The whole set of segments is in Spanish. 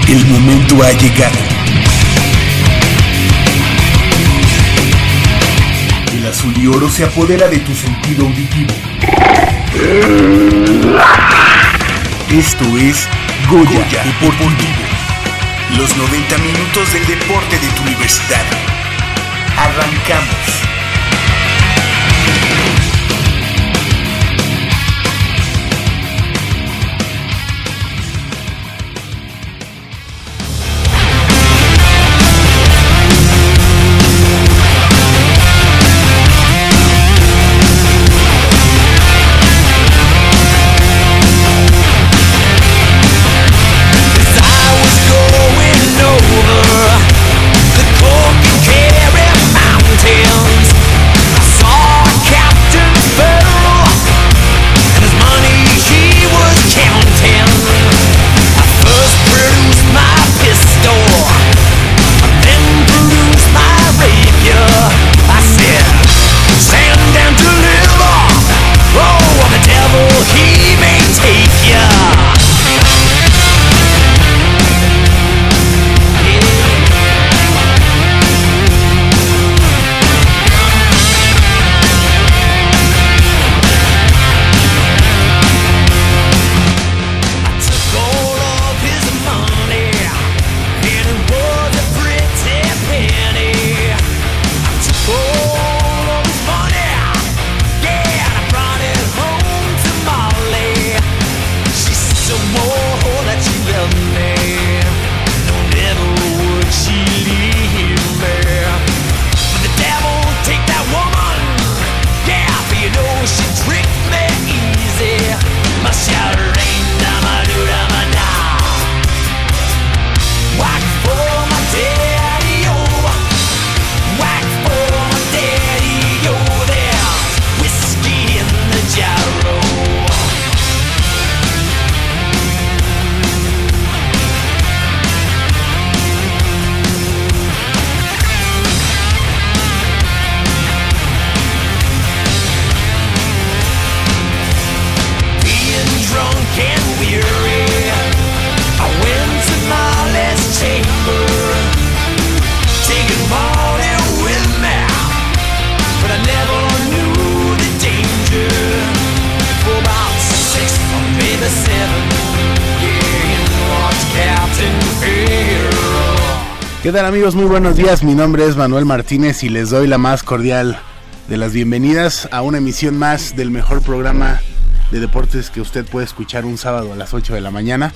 El momento ha llegado. El azul y oro se apodera de tu sentido auditivo. Esto es Goya Deportivo. Los 90 minutos del deporte de tu universidad. Arrancamos. ¿Qué tal, amigos? Muy buenos días, mi nombre es Manuel Martínez y les doy la más cordial de las bienvenidas a una emisión más del mejor programa de deportes que usted puede escuchar un sábado a las 8 de la mañana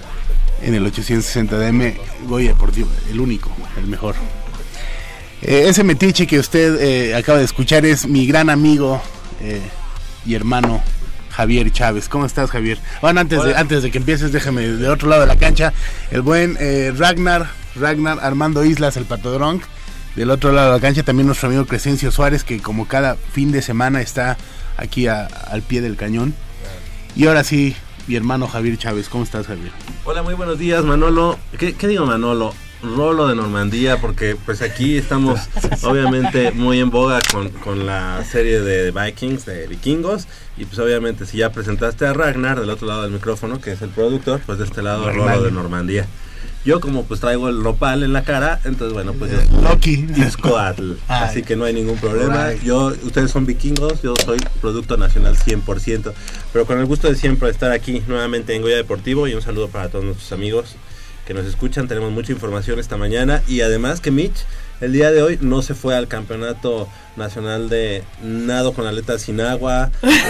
en el 860 DM Goya Deportivo, el único, el mejor. Ese metiche que usted acaba de escuchar es mi gran amigo y hermano Javier Chávez. ¿Cómo estás, Javier? Bueno, antes de que empieces, déjame de otro lado de la cancha, el buen Ragnar Armando Islas, el Patodrón. Del otro lado de la cancha también nuestro amigo Crescencio Suárez, que como cada fin de semana está aquí al pie del cañón. Y ahora sí, mi hermano Javier Chávez. ¿Cómo estás, Javier? Hola, muy buenos días, Manolo. ¿Qué digo, Manolo? Rolo de Normandía, porque pues aquí estamos obviamente muy en boga con la serie de Vikings, de vikingos. Y pues obviamente si ya presentaste a Ragnar del otro lado del micrófono, que es el productor, pues de este lado Rolo de Normandía. Yo como pues traigo el nopal en la cara, entonces bueno, pues yo Loki es Coatl, así que no hay ningún problema. Ustedes son vikingos, yo soy producto nacional 100%, pero con el gusto de siempre estar aquí nuevamente en Goya Deportivo, y un saludo para todos nuestros amigos que nos escuchan. Tenemos mucha información esta mañana, y además que Mitch el día de hoy no se fue al campeonato nacional de nado con aletas sin agua.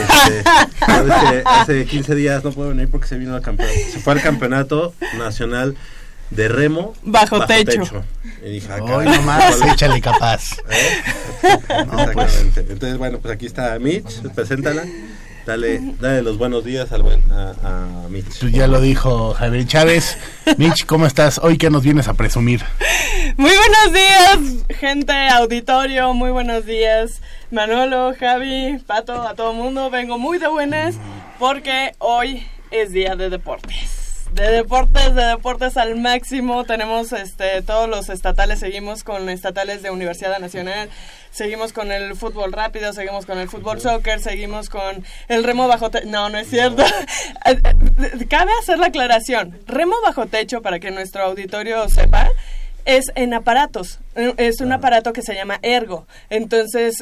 Hace 15 días no pudo venir porque se vino al campeonato, se fue al campeonato nacional de remo bajo techo. Y dije, hoy nomás, échale capaz. Exactamente. Pues. Entonces, bueno, pues aquí está Mitch, preséntala. Dale los buenos días a Mitch. Pues ya lo dijo Javier Chávez. Mitch, ¿cómo estás? Hoy, ¿qué nos vienes a presumir? Muy buenos días, gente, auditorio. Muy buenos días, Manolo, Javi, Pato, a todo mundo. Vengo muy de buenas porque hoy es día de deportes. de deportes al máximo. Tenemos todos los estatales, seguimos con estatales de Universidad Nacional, seguimos con el fútbol rápido, seguimos con el fútbol soccer, seguimos con el remo bajo techo. No es cierto. Cabe hacer la aclaración. Remo bajo techo, para que nuestro auditorio sepa, es en aparatos, es un aparato que se llama ergo. Entonces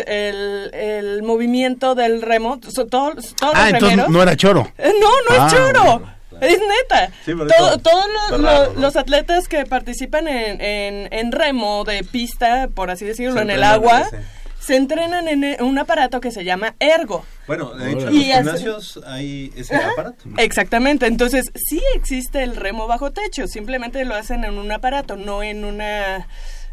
el movimiento del remo, todos los entonces no era choro. No es choro. Bueno. Es neta. Sí, todos los atletas que participan en remo de pista, por así decirlo, en el agua, se entrenan en un aparato que se llama ergo. Bueno, de hecho, en los gimnasios hay ese aparato. Exactamente, entonces sí existe el remo bajo techo, simplemente lo hacen en un aparato, no en una,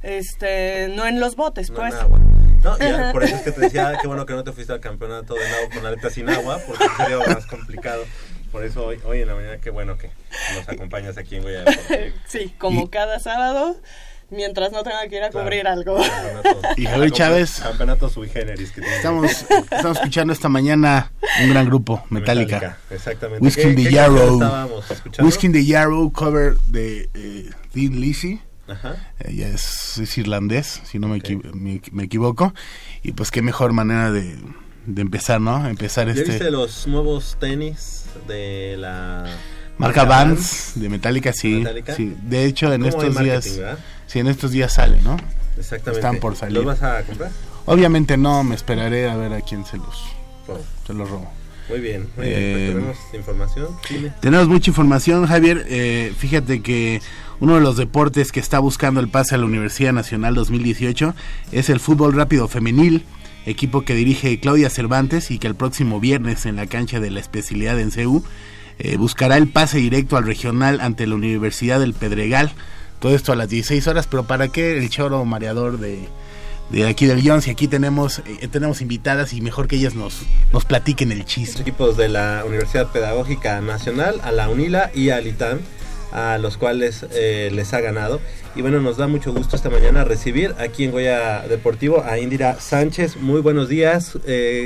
no en los botes, no pues. No, ya, por eso es que te decía, qué bueno que no te fuiste al campeonato de nado con aleta sin agua, porque sería más complicado. Por eso hoy en la mañana, qué bueno que nos acompañas aquí en Goya Deportes. Sí, como cada sábado. Mientras no tenga que ir a cubrir algo. Y Javier Chávez. Campeonato sui generis. Que estamos escuchando esta mañana un gran grupo, Metallica. Exactamente. Whiskey in the Yarrow. Whiskey in the Yarrow, cover de Thin Lizzy. Ajá. Ella es irlandés, si no me equivoco. Y pues qué mejor manera de empezar, ¿no? ¿Ya viste los nuevos tenis de la marca Vans de Metallica? Sí. Sí. De hecho, en estos días... ¿verdad? Sí, en estos días sale, ¿no? Exactamente. Están por salir. ¿Los vas a comprar? Obviamente no, me esperaré a ver a quién se los robo. Muy bien. Pues tenemos información. Dime. Tenemos mucha información, Javier. Fíjate que uno de los deportes que está buscando el pase a la Universidad Nacional 2018 es el fútbol rápido femenil, equipo que dirige Claudia Cervantes y que el próximo viernes en la cancha de la especialidad en CEU buscará el pase directo al regional ante la Universidad del Pedregal. Todo esto a las 16 horas, pero ¿para qué el choro mareador de aquí del guión? Si aquí tenemos invitadas y mejor que ellas nos platiquen el chiste. Los equipos de la Universidad Pedagógica Nacional, a la UNILA y al ITAM, a los cuales les ha ganado. Y bueno, nos da mucho gusto esta mañana recibir aquí en Goya Deportivo a Indira Sánchez. Muy buenos días.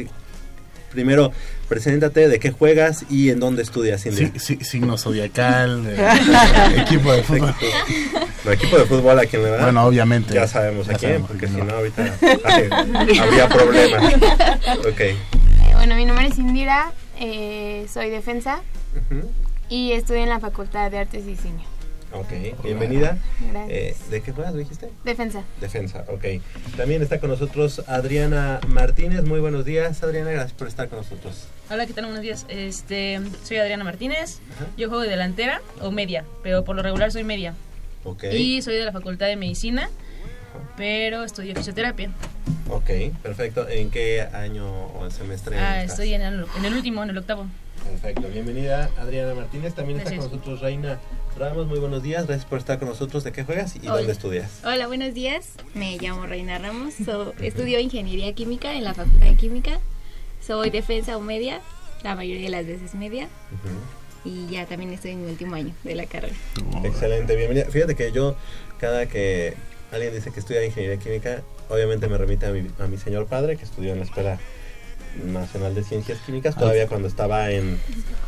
Primero, preséntate, de qué juegas y en dónde estudias, Indira. Sí, signo zodiacal, equipo de fútbol. No, equipo de fútbol, ¿a quién le va? Bueno, obviamente. Ya sabemos a quién, porque si no ahorita habría problemas. Ok. Bueno, mi nombre es Indira, soy defensa y estudio en la Facultad de Artes y Diseño. Ok, bienvenida. Gracias. ¿De qué juegas, dijiste? Defensa, ok. También está con nosotros Adriana Martínez. Muy buenos días, Adriana, gracias por estar con nosotros. Hola, ¿qué tal? Buenos días. Soy Adriana Martínez. Ajá. Yo juego de delantera o media, pero por lo regular soy media. Ok. Y soy de la Facultad de Medicina, pero estudio fisioterapia. Ok, perfecto. ¿En qué año o semestre estás? Estoy en el último, en el octavo. Perfecto, bienvenida Adriana Martínez. También gracias. Está con nosotros Reina Ramos. Muy buenos días, gracias por estar con nosotros. ¿De qué juegas y dónde estudias? Hola, buenos días. Me llamo Reina Ramos. Estudio Ingeniería Química en la Facultad de Química. Soy defensa o media, la mayoría de las veces media. Y ya también estoy en mi último año de la carrera. Excelente, bienvenida. Fíjate que yo, cada que alguien dice que estudia Ingeniería Química, obviamente me remite a mi señor padre, que estudió en la Escuela Nacional de Ciencias Químicas, todavía cuando estaba en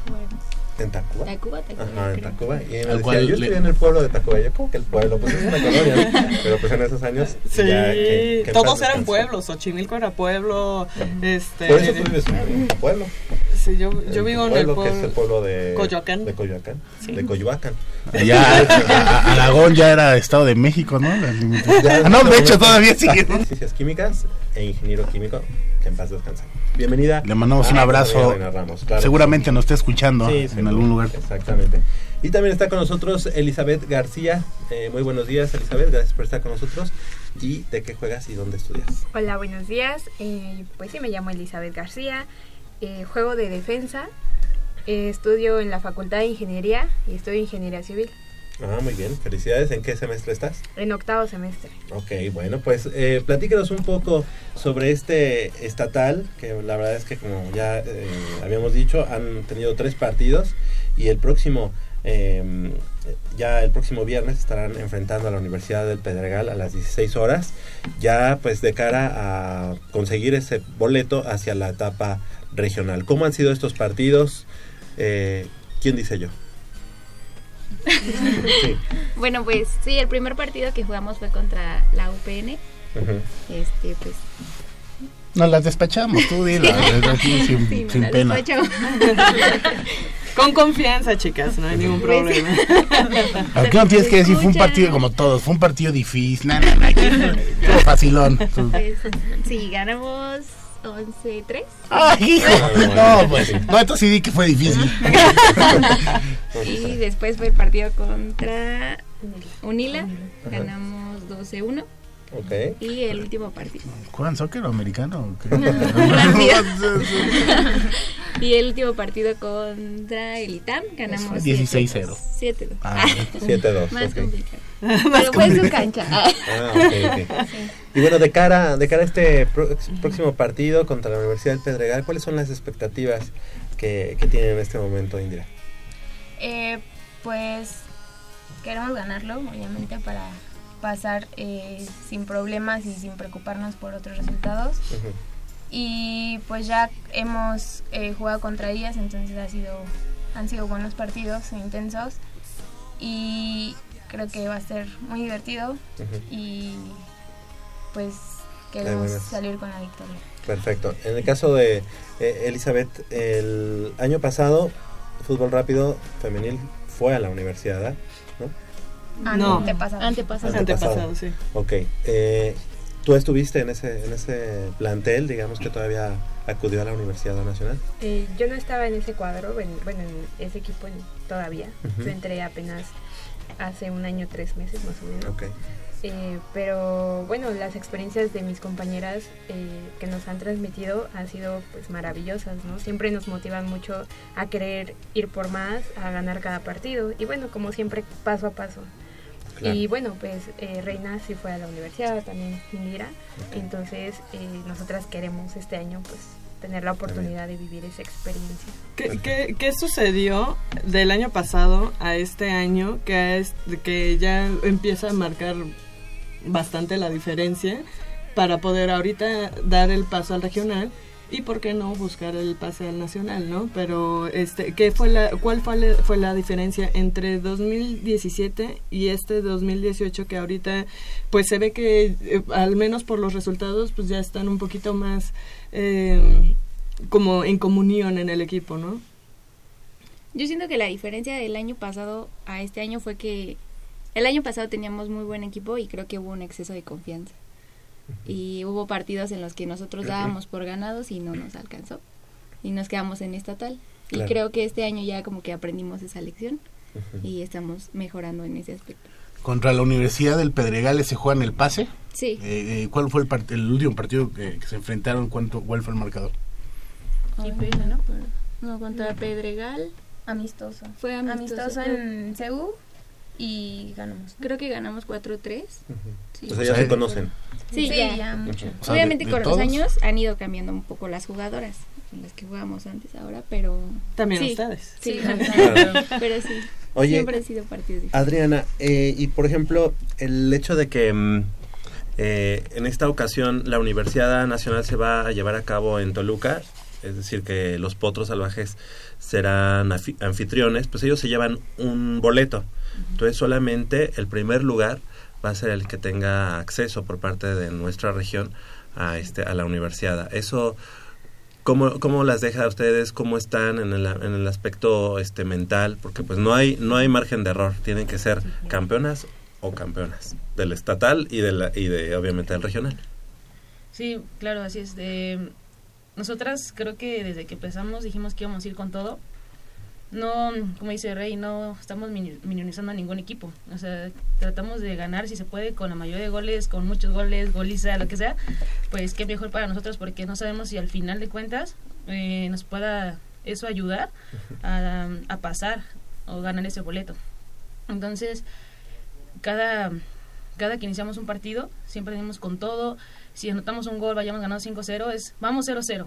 Tacuba. Ajá, en Tacuba. Y me decía, yo estudié en el pueblo de Tacuba. Yo, ¿cómo que el pueblo? Pues es una colonia, ¿no? Pero pues en esos años sí, ya, que todos eran pueblos. Xochimilco era pueblo. Por eso tú vives en un pueblo. Sí, yo vivo en el pueblo. Que es el pueblo de Coyoacán. De Coyoacán. Sí. De Coyoacán. Allá Aragón ya era Estado de México, ¿no? No, de hecho todavía sigue. Ciencias Químicas e ingeniero químico, que en paz descansa. Bienvenida. Le mandamos un abrazo. Ramos, claro. Seguramente nos está escuchando en algún lugar. Exactamente. Y también está con nosotros Elizabeth García. Muy buenos días, Elizabeth. Gracias por estar con nosotros. ¿Y de qué juegas y dónde estudias? Hola, buenos días. Pues sí, me llamo Elizabeth García. Juego de defensa. Estudio en la Facultad de Ingeniería y estudio Ingeniería Civil. Ah, muy bien. Felicidades. ¿En qué semestre estás? En octavo semestre. Ok, bueno, pues platícanos un poco sobre este estatal, que la verdad es que como ya habíamos dicho, han tenido 3 partidos y el próximo viernes estarán enfrentando a la Universidad del Pedregal a las 16 horas, ya pues de cara a conseguir ese boleto hacia la etapa regional. ¿Cómo han sido estos partidos? ¿Quién dice yo? Sí. Bueno, pues sí, el primer partido que jugamos fue contra la UPN. Pues Nos las despachamos, tú dila, aquí sin, sí, sin la pena. despachamos. Con confianza, chicas, no hay ningún problema. Aquí no tienes que decir, fue un partido como todos, fue un partido difícil, aquí fue facilón. Pues, sí, ganamos 11-3. ¡Ay, hijo! No, pues, no, esto sí di que fue difícil. Y después fue el partido contra Unila, ganamos 12-1. Ok. Y el último partido. ¿Juegan soccer o americano? ¿O qué? Y el último partido contra el ITAM ganamos 16-0. 7-2. Ah, 7-2. Más ok. complicado. Pero fue en su cancha. Ok. Y bueno, de cara a este próximo partido contra la Universidad del Pedregal, ¿cuáles son las expectativas que tienen en este momento, Indira? Pues queremos ganarlo, obviamente, para pasar sin problemas y sin preocuparnos por otros resultados. Y pues ya hemos jugado contra ellas, entonces han sido buenos partidos, intensos, y creo que va a ser muy divertido y pues queremos salir con la victoria. Perfecto. En el caso de Elizabeth, el año pasado fútbol rápido femenil fue a la universidad, ¿no? Antepasado, sí. Ok. ¿Tú estuviste en ese plantel, digamos, que todavía acudió a la Universidad Nacional? Yo no estaba en ese cuadro, en ese equipo todavía. Yo entré apenas hace 1 año, 3 meses más o menos. Okay. Pero bueno, las experiencias de mis compañeras que nos han transmitido han sido pues maravillosas, ¿no? Siempre nos motivan mucho a querer ir por más, a ganar cada partido y bueno, como siempre, paso a paso. Claro. Y bueno, pues Reina sí fue a la universidad, también Indira, entonces nosotras queremos este año pues tener la oportunidad de vivir esa experiencia. ¿Qué sucedió del año pasado a este año que ya empieza a marcar bastante la diferencia para poder ahorita dar el paso al regional y por qué no buscar el pase al nacional, ¿no? Pero ¿cuál fue la diferencia entre 2017 y este 2018 que ahorita pues se ve que al menos por los resultados pues ya están un poquito más como en comunión en el equipo, ¿no? Yo siento que la diferencia del año pasado a este año fue que el año pasado teníamos muy buen equipo y creo que hubo un exceso de confianza. Y hubo partidos en los que nosotros dábamos por ganados y no nos alcanzó. Y nos quedamos en estatal. Claro. Y creo que este año ya como que aprendimos esa lección y estamos mejorando en ese aspecto. ¿Contra la Universidad del Pedregal se juega en el pase? Sí. ¿Cuál fue el último partido que se enfrentaron? ¿Cuál fue el marcador? No, contra Pedregal. Amistoso. Fue amistoso en CEU y ganamos. Creo que ganamos 4-3. Sí. O sea, ya se conocen. Sí, ya mucho. O sea, obviamente con los años han ido cambiando un poco las jugadoras, las que jugábamos antes ahora, pero... También ustedes. Sí, claro. Pero sí. Oye, siempre han sido partidos difíciles. Adriana, y por ejemplo, el hecho de que en esta ocasión la Universidad Nacional se va a llevar a cabo en Toluca, es decir, que los Potros Salvajes serán anfitriones, pues ellos se llevan un boleto. Entonces solamente el primer lugar va a ser el que tenga acceso por parte de nuestra región a la universidad. Eso, ¿cómo las deja a ustedes? ¿Cómo están en el aspecto mental? Porque pues no hay margen de error. Tienen que ser campeonas o campeonas del estatal y de obviamente del regional. Sí, claro, así es. Nosotras creo que desde que empezamos dijimos que íbamos a ir con todo. No, como dice Rey, no estamos minimizando a ningún equipo. O sea, tratamos de ganar si se puede con la mayoría de goles, con muchos goles, goliza, lo que sea. Pues qué mejor para nosotros porque no sabemos si al final de cuentas nos pueda eso ayudar a pasar o ganar ese boleto. Entonces, cada que iniciamos un partido, siempre venimos con todo. Si anotamos un gol, vayamos ganando 5-0, vamos 0-0.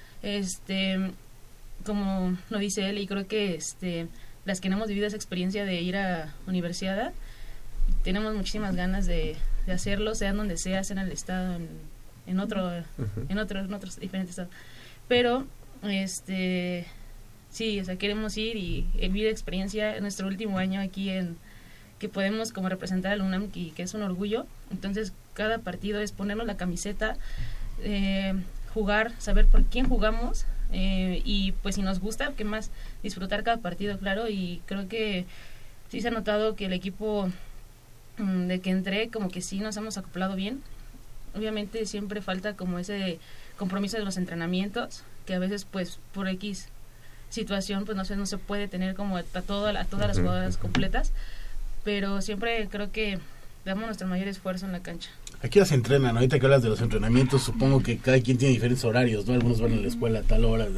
Como lo dice él, y creo que las que no hemos vivido esa experiencia de ir a universidad, tenemos muchísimas ganas de hacerlo, sea donde sea en el estado, en otros diferentes estados. Pero sí, o sea, queremos ir y vivir experiencia en nuestro último año aquí que podemos como representar al UNAM, que es un orgullo. Entonces, cada partido es ponernos la camiseta, jugar, saber por quién jugamos, y pues si nos gusta, qué más, disfrutar cada partido, claro. Y creo que sí se ha notado que el equipo de que entré, como que sí nos hemos acoplado bien. Obviamente siempre falta como ese compromiso de los entrenamientos, que a veces pues por X situación pues no se puede tener como a todas las jugadoras completas, pero siempre creo que damos nuestro mayor esfuerzo en la cancha. ¿A qué hora se entrenan? Ahorita que hablas de los entrenamientos, supongo que cada quien tiene diferentes horarios, ¿no? Algunos van a la escuela a tal hora.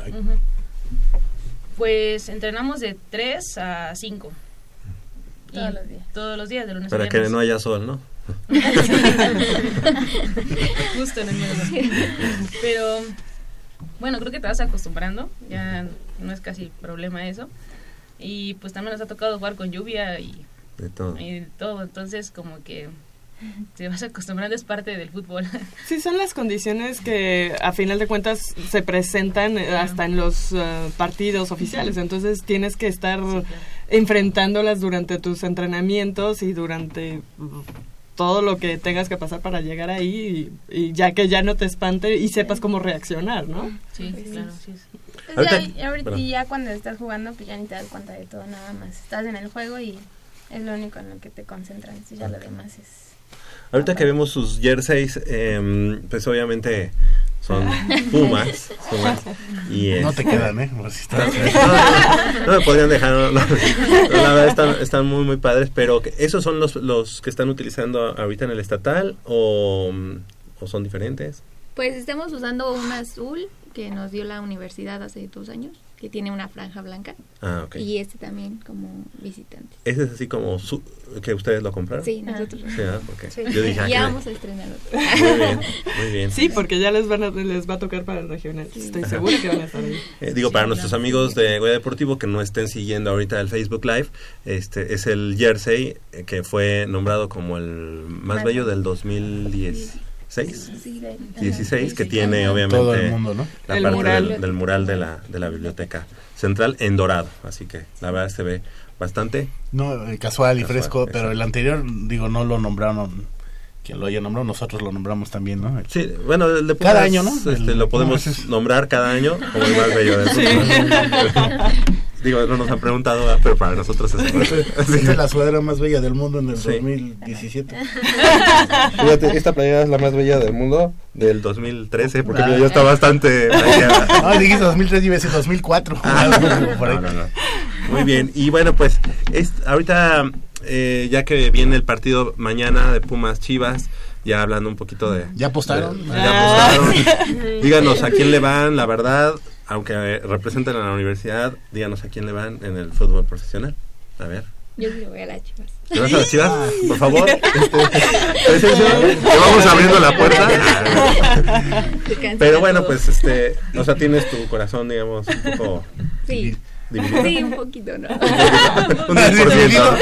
Pues entrenamos de 3 a 5. Todos los días, de lunes a viernes. Para que no haya sol, ¿no? Justo en el medio. Pero bueno, creo que te vas acostumbrando, ya no es casi problema eso. Y pues también nos ha tocado jugar con lluvia y de todo. Entonces como que te vas acostumbrando, es parte del fútbol. Sí, son las condiciones que a final de cuentas se presentan hasta en los partidos oficiales, entonces tienes que estar enfrentándolas durante tus entrenamientos y durante todo lo que tengas que pasar para llegar ahí, y ya que ya no te espante y sepas cómo reaccionar, ¿no? Sí, claro, sí. Pues ahorita ya cuando estás jugando, pues ya ni te das cuenta de todo, nada más estás en el juego y es lo único en lo que te concentras, ya lo demás es... Ahorita que vemos sus jerseys, pues obviamente son Pumas y no te quedan, no me podrían dejar, no, la verdad están muy muy padres, pero ¿esos son los que están utilizando ahorita en el estatal o son diferentes? Pues estamos usando un azul que nos dio la universidad hace 2 años, que tiene una franja blanca. Ah, okay. Y este también como visitante. ¿Ese es así como que ustedes lo compraron? Sí, nosotros. Sí, okay. Sí. Yo dije, ya vamos a estrenarlo. Muy bien. Sí, porque ya les va a tocar para el regional. Sí. Estoy segura que van a estar ahí. Para nuestros amigos de Goya Deportivo que no estén siguiendo ahorita el Facebook Live, es el jersey que fue nombrado como el más bello del 2010. 16 que tiene obviamente todo el mundo, ¿no? La el parte mural. Del mural de la biblioteca central en dorado, así que la verdad se ve bastante casual y fresco, pero el anterior, no lo nombraron, quien lo haya nombrado, nosotros lo nombramos también, ¿no? Sí, bueno, el de cada año, ¿no? Lo podemos nombrar cada año como el más bello del mundo. No nos han preguntado, pero para nosotros es la sudadera más bella del mundo en el 2017. Fíjate, esta playera es la más bella del mundo del 2013, porque ya está bastante playera. No, dijiste 2003 y iba a decir 2004. No. Muy bien, y bueno, pues ahorita ya que viene el partido mañana de Pumas Chivas, ya hablando un poquito de... ¿Ya apostaron? Ya apostaron. Díganos a quién le van, la verdad, aunque representen a la universidad, díganos a quién le van en el fútbol profesional. A ver. Yo sí le voy a las Chivas. ¿Te vas a las Chivas? Por favor. Te vamos abriendo la puerta. Pero bueno, pues, tienes tu corazón, digamos, un poco... Sí. ¿Dividido? Sí, un poquito, ¿no? Un 10%.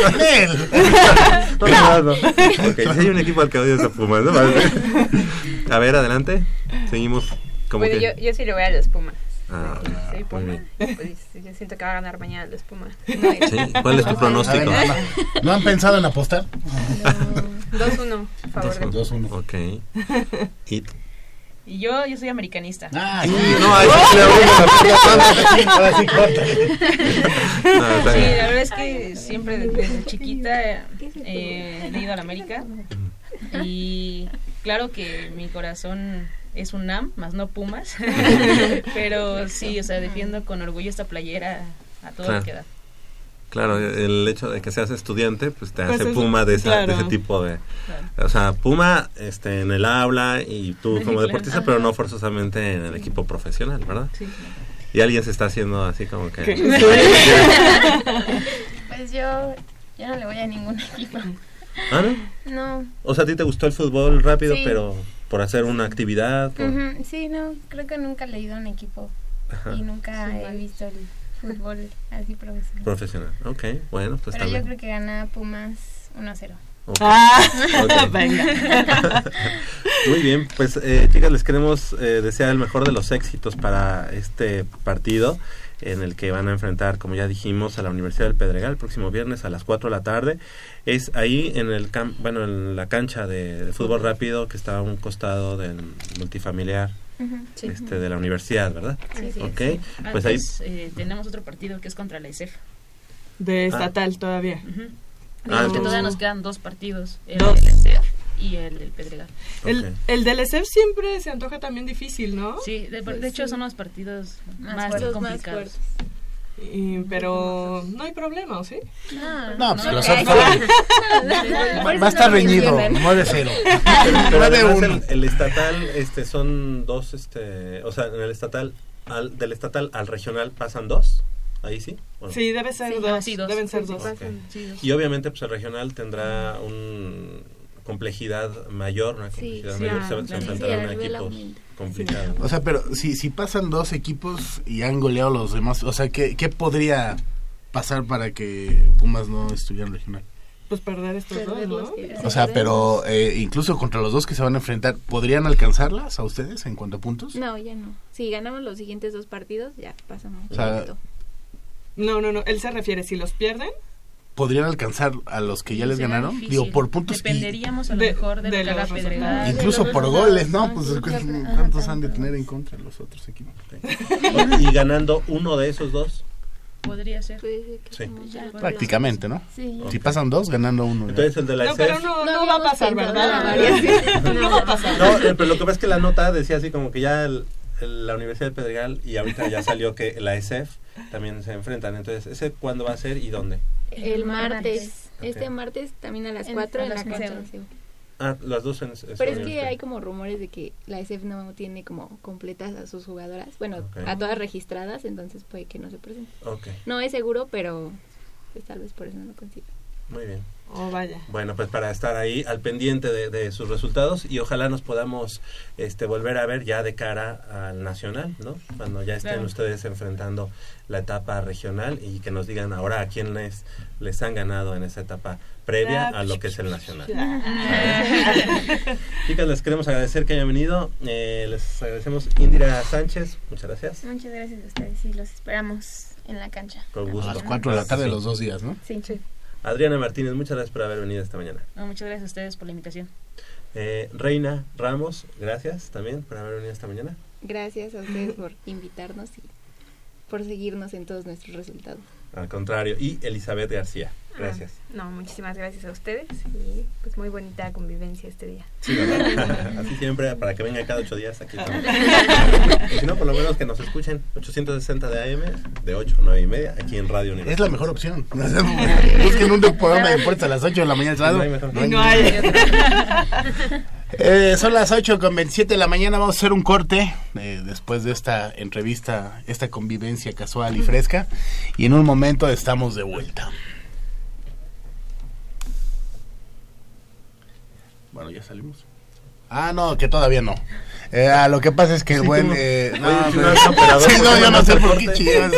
No. Ok, si hay un equipo al que odias a Pumas, ¿no? A ver, adelante. Seguimos como bueno, que... yo sí le voy a los Pumas. Soy Puma. Pues, yo siento que va a ganar mañana los Pumas. ¿Sí? ¿Cuál es tu pronóstico? ¿No han pensado en apostar? No. 2-1, a favor de 2-1. Ok. Y yo soy americanista. Ahí sí, la verdad es que siempre desde chiquita he ido a la América. Y claro que mi corazón es UNAM, más no Pumas. Pero sí, defiendo con orgullo esta playera a todo lo que da. Claro, el hecho de que seas estudiante, pues te hace Puma de ese tipo de... Claro. O sea, Puma en el aula y tú como deportista, pero no forzosamente en el equipo profesional, ¿verdad? Sí. Y alguien se está haciendo así como que... Pues yo no le voy a ningún equipo. ¿Ah, no? No. O sea, ¿a ti te gustó el fútbol rápido, sí, pero por hacer una actividad? Sí, no, creo que nunca he leído a un equipo. Ajá. Y nunca he visto el fútbol así profesional. Ok, bueno, pues pero yo creo que gana Pumas 1-0. Okay. Venga. Muy bien, pues chicas, les queremos desear el mejor de los éxitos para este partido. en el que van a enfrentar, como ya dijimos, a la Universidad del Pedregal el próximo viernes a las 4 de la tarde. Es ahí en en la cancha de fútbol rápido que está a un costado del multifamiliar Sí. de la universidad, ¿verdad? Sí. Okay. Pues Antes, tenemos otro partido que es contra la ESEF. De estatal todavía. Que todavía nos quedan 2 partidos. El Dos. del ESEF y el del Pedregal. El del ESEF siempre se antoja también difícil, ¿no? Sí, de hecho son los partidos más fuertes, complicados. Pero no hay problema, ¿o sí? No, pues los otros va a estar reñido, 9-0. Pero además el estatal son 2, o sea, en el estatal del estatal al regional pasan 2. Ahí sí. Bueno. Sí, debe ser Sí, 2. sí, 2. Deben ser 2. Okay. Sí, 2. Y obviamente pues el regional tendrá una complejidad mayor, se enfrentarán a equipos complicados. O sea, pero si pasan 2 equipos y han goleado los demás, o sea, ¿qué podría pasar para que Pumas no estuviera en regional? Pues perder estos 2, ¿no? O sea, pero incluso contra los 2 que se van a enfrentar, ¿podrían alcanzarlas a ustedes en cuanto a puntos? No, ya no. Si ganamos los siguientes 2 partidos, ya pasamos. O sea, No, él se refiere, si los pierden, ¿podrían alcanzar a los que ya les será ganaron? difícil. Digo, por puntos. Dependeríamos a lo mejor de lo que haga Pedregal. Incluso por goles, ¿no? Pues ¿cuántos han de tener en contra los otros equipos? Y ganando uno de esos 2. Podría ser. Sí. Prácticamente, ¿no? Sí. Si pasan 2, ganando 1. Entonces el de la no, ESEF... pero no va a pasar, ¿verdad? No va a pasar. No, pero lo que pasa es que la nota decía así como que ya la Universidad de Pedregal y ahorita ya salió que la ESEF también se enfrentan. Entonces, ¿ese cuándo va a ser y dónde? El martes. Okay. Este martes también a las 4 en la cancha de CEU. Las 2 en Pero es que hay como rumores de que la ESEF no tiene como completas a sus jugadoras. Bueno, a todas registradas, entonces puede que no se presente. No es seguro, pero pues tal vez por eso no lo consiga. Muy bien. Vaya. Bueno, pues para estar ahí al pendiente de sus resultados y ojalá nos podamos volver a ver ya de cara al nacional, ¿no? Cuando ya estén ustedes enfrentando la etapa regional y que nos digan ahora a quién les han ganado en esa etapa previa a lo que es el nacional. Chicas, les queremos agradecer que hayan venido. Les agradecemos. Indira Sánchez, muchas gracias. Muchas gracias a ustedes y los esperamos en la cancha. Con gusto. A las 4 de la tarde los 2 días, ¿no? Sí. Adriana Martínez, muchas gracias por haber venido esta mañana. No, muchas gracias a ustedes por la invitación. Reina Ramos, gracias también por haber venido esta mañana. Gracias a ustedes por invitarnos y por seguirnos en todos nuestros resultados. Al contrario. Y Elizabeth García, gracias. No, muchísimas gracias a ustedes y pues muy bonita convivencia este día. Sí, ¿verdad? Así siempre, para que venga cada 8 días aquí. Y si no, por lo menos que nos escuchen 860 de AM, de 8 a 9 y media, aquí en Radio Universidad. Es la mejor opción. Busquen un programa de deportes a las 8 de la mañana. No hay. Son las 8:27 de la mañana. Vamos a hacer un corte después de esta entrevista, esta convivencia casual y fresca. Y en un momento estamos de vuelta. Bueno, ya salimos. No, que todavía no. Lo que pasa es que el buen... yo no sé por qué chillas.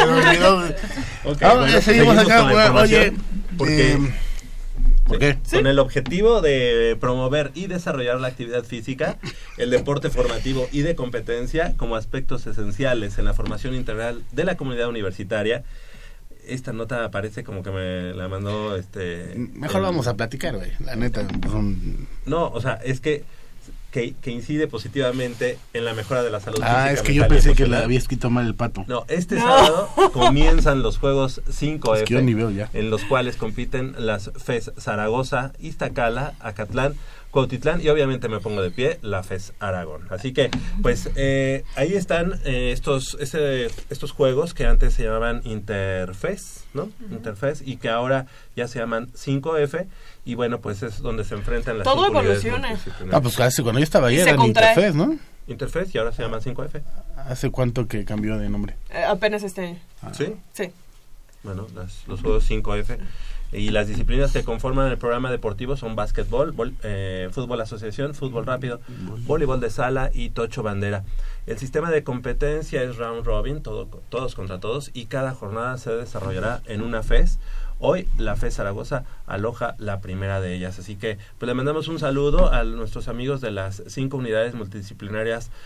Seguimos acá. Oye, ¿por qué? Con el objetivo de promover y desarrollar la actividad física, el deporte formativo y de competencia como aspectos esenciales en la formación integral de la comunidad universitaria. Esta nota parece como que me la mandó Mejor vamos a platicar, güey. La neta. No, o sea, es que incide positivamente en la mejora de la salud física. Es que yo pensé que la había escrito mal el Pato. No, sábado comienzan los Juegos 5F, es que yo ni veo ya. En los cuales compiten las FES Zaragoza, Iztacala, Acatlán, Cuautitlán y obviamente me pongo de pie la FES Aragón. Así que, pues, ahí están estos juegos que antes se llamaban Interfes, ¿no? Interfes, y que ahora ya se llaman 5F. Y bueno, pues es donde se enfrentan las todo evoluciona. Pues casi cuando yo estaba ahí eran Interfes, ¿no? Interfes y ahora se llama 5F. ¿Hace cuánto que cambió de nombre? Apenas este año. ¿Sí? Sí. Bueno, los juegos 5F. Y las disciplinas que conforman el programa deportivo son básquetbol, fútbol asociación, fútbol rápido, voleibol de sala y tocho bandera. El sistema de competencia es round robin, todos contra todos, y cada jornada se desarrollará en una FES. Hoy la FES Zaragoza aloja la primera de ellas, así que pues le mandamos un saludo a nuestros amigos de las 5 unidades multidisciplinarias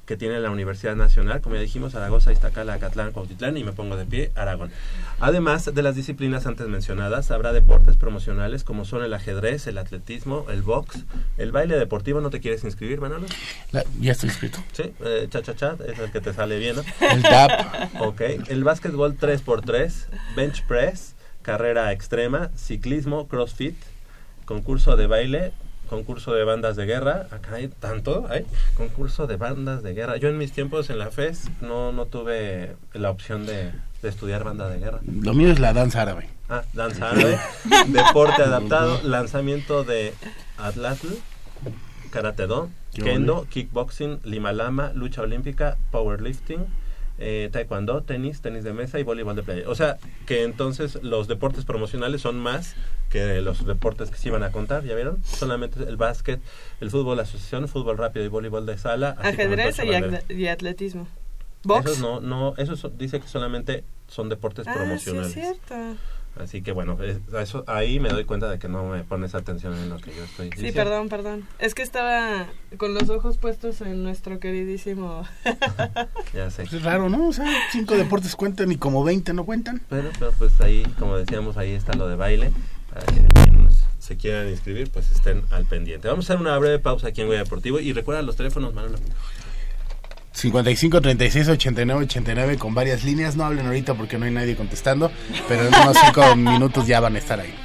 que tiene la Universidad Nacional, como ya dijimos, Zaragoza, Iztacala, Acatlán, Cuautitlán, y me pongo de pie, Aragón. Además de las disciplinas antes mencionadas, habrá deportes promocionales como son el ajedrez, el atletismo, el box, el baile deportivo. ¿No te quieres inscribir, Manolo? Ya estoy inscrito. Sí, cha-cha-cha, es el que te sale bien, ¿no? El tap. Ok, el básquetbol 3x3, bench press, carrera extrema, ciclismo, crossfit, concurso de baile, concurso de bandas de guerra. Acá hay tanto, hay concurso de bandas de guerra. Yo en mis tiempos en la FES no tuve la opción de estudiar banda de guerra. Lo mío es la danza árabe. Danza árabe, deporte adaptado, lanzamiento de atlatl, karate-do, kendo, kickboxing, lima-lama, lucha olímpica, powerlifting, taekwondo, tenis de mesa y voleibol de playa. O sea, que entonces los deportes promocionales son más que los deportes que se iban a contar, ¿ya vieron? Solamente el básquet, el fútbol asociación, fútbol rápido y voleibol de sala. Ajedrez y atletismo. ¿Box? Esos dice que solamente son deportes promocionales. Sí, es cierto. Así que bueno, eso ahí me doy cuenta de que no me pones atención en lo que yo estoy diciendo. Sí, perdón. Es que estaba con los ojos puestos en nuestro queridísimo. Ya sé. Pues es raro, ¿no? O sea, 5 deportes cuentan y como 20 no cuentan. Pero pues ahí, como decíamos, ahí está lo de baile. Para que quienes se quieran inscribir, pues estén al pendiente. Vamos a hacer una breve pausa aquí en Goya Deportivo. Y recuerda los teléfonos, Manolo. 55 36 89 89 con varias líneas. No hablen ahorita porque no hay nadie contestando, pero en unos 5 minutos ya van a estar ahí.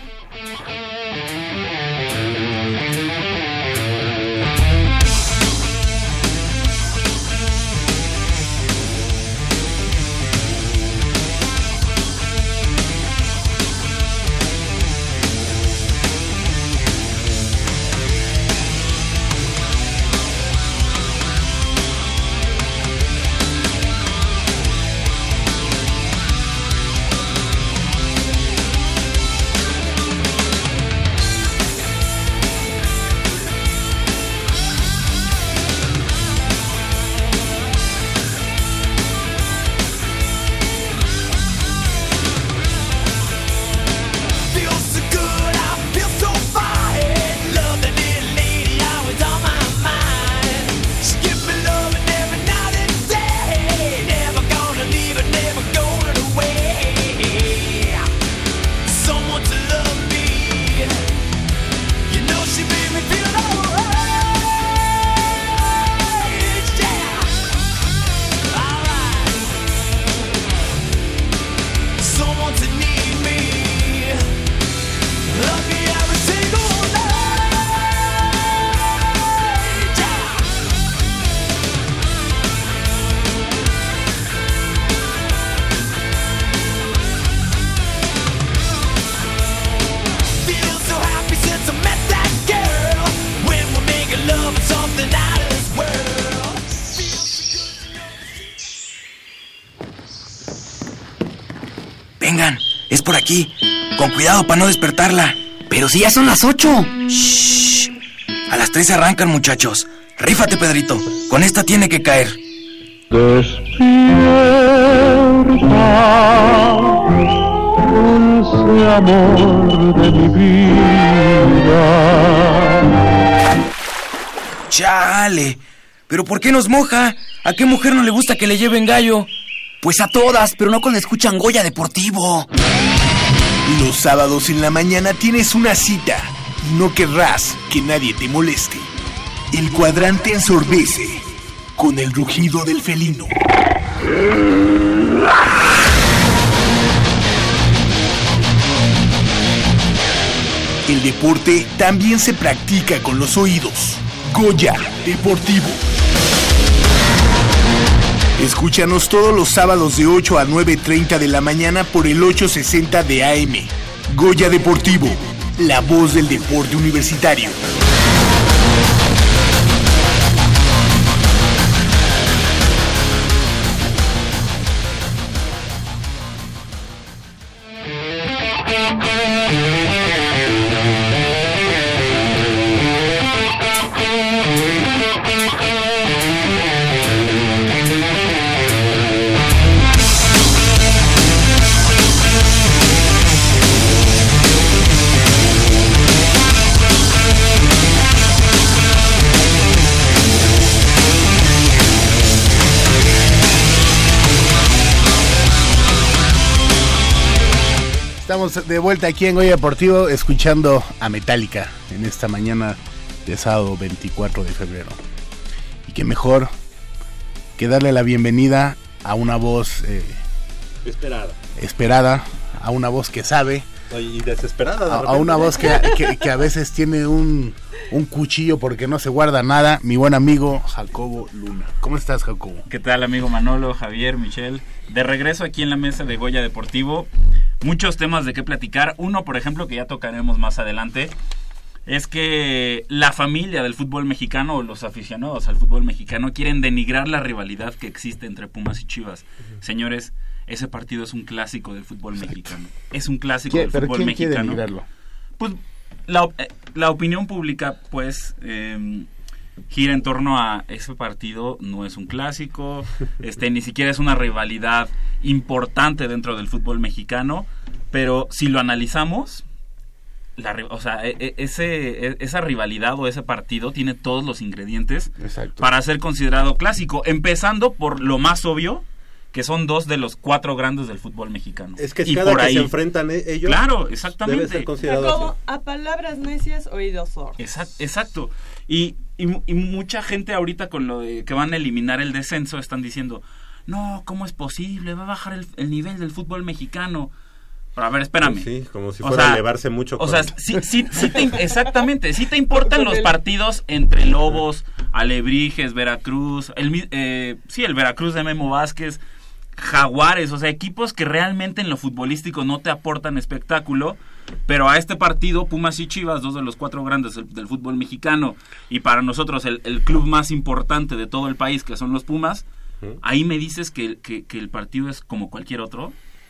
Vengan, es por aquí. Con cuidado para no despertarla. Pero si ya son las 8. Shh. A las 3 arrancan, muchachos. Rífate, Pedrito. Con esta tiene que caer. Despierta, dulce amor de mi vida. Chale. ¿Pero por qué nos moja? ¿A qué mujer no le gusta que le lleven gallo? Pues a todas, pero no cuando escuchan Goya Deportivo. Los sábados en la mañana tienes una cita y no querrás que nadie te moleste. El cuadrante ensordece con el rugido del felino. El deporte también se practica con los oídos. Goya Deportivo. Escúchanos todos los sábados de 8 a 9:30 de la mañana por el 860 de AM. Goya Deportivo, la voz del deporte universitario. Estamos de vuelta aquí en Goya Deportivo escuchando a Metallica en esta mañana de sábado 24 de febrero. Y qué mejor que darle la bienvenida a una voz esperada, a una voz que sabe, y desesperada, a una voz que a veces tiene un cuchillo porque no se guarda nada, mi buen amigo Jacobo Luna. ¿Cómo estás, Jacobo? ¿Qué tal, amigo Manolo, Javier, Michelle? De regreso aquí en la mesa de Goya Deportivo. Muchos temas de qué platicar. Uno, por ejemplo, que ya tocaremos más adelante, es que la familia del fútbol mexicano o los aficionados al fútbol mexicano quieren denigrar la rivalidad que existe entre Pumas y Chivas. Señores, ese partido es un clásico del fútbol mexicano. Es un clásico del fútbol mexicano. ¿Quién quiere denigrarlo? Pues la opinión pública, pues, gira en torno a ese partido. No es un clásico, ni siquiera es una rivalidad importante dentro del fútbol mexicano, pero si lo analizamos, esa rivalidad o ese partido tiene todos los ingredientes para ser considerado clásico, empezando por lo más obvio, que son dos de los 4 grandes del fútbol mexicano. Es que cada que se enfrentan ellos, claro, exactamente, debe ser considerado como a palabras necias, oídos sordos. Exacto. Y mucha gente ahorita con lo de que van a eliminar el descenso están diciendo, no, ¿cómo es posible? Va a bajar el nivel del fútbol mexicano. Pero a ver, espérame. Sí, como si fuera a elevarse mucho. Exactamente. Sí te importan los partidos entre Lobos, Alebrijes, Veracruz, el Veracruz de Memo Vázquez, Jaguares, o sea, equipos que realmente en lo futbolístico no te aportan espectáculo, pero a este partido, Pumas y Chivas, 2 de los 4 grandes del fútbol mexicano, y para nosotros el club más importante de todo el país, que son los Pumas, ahí me dices que el partido es como cualquier otro.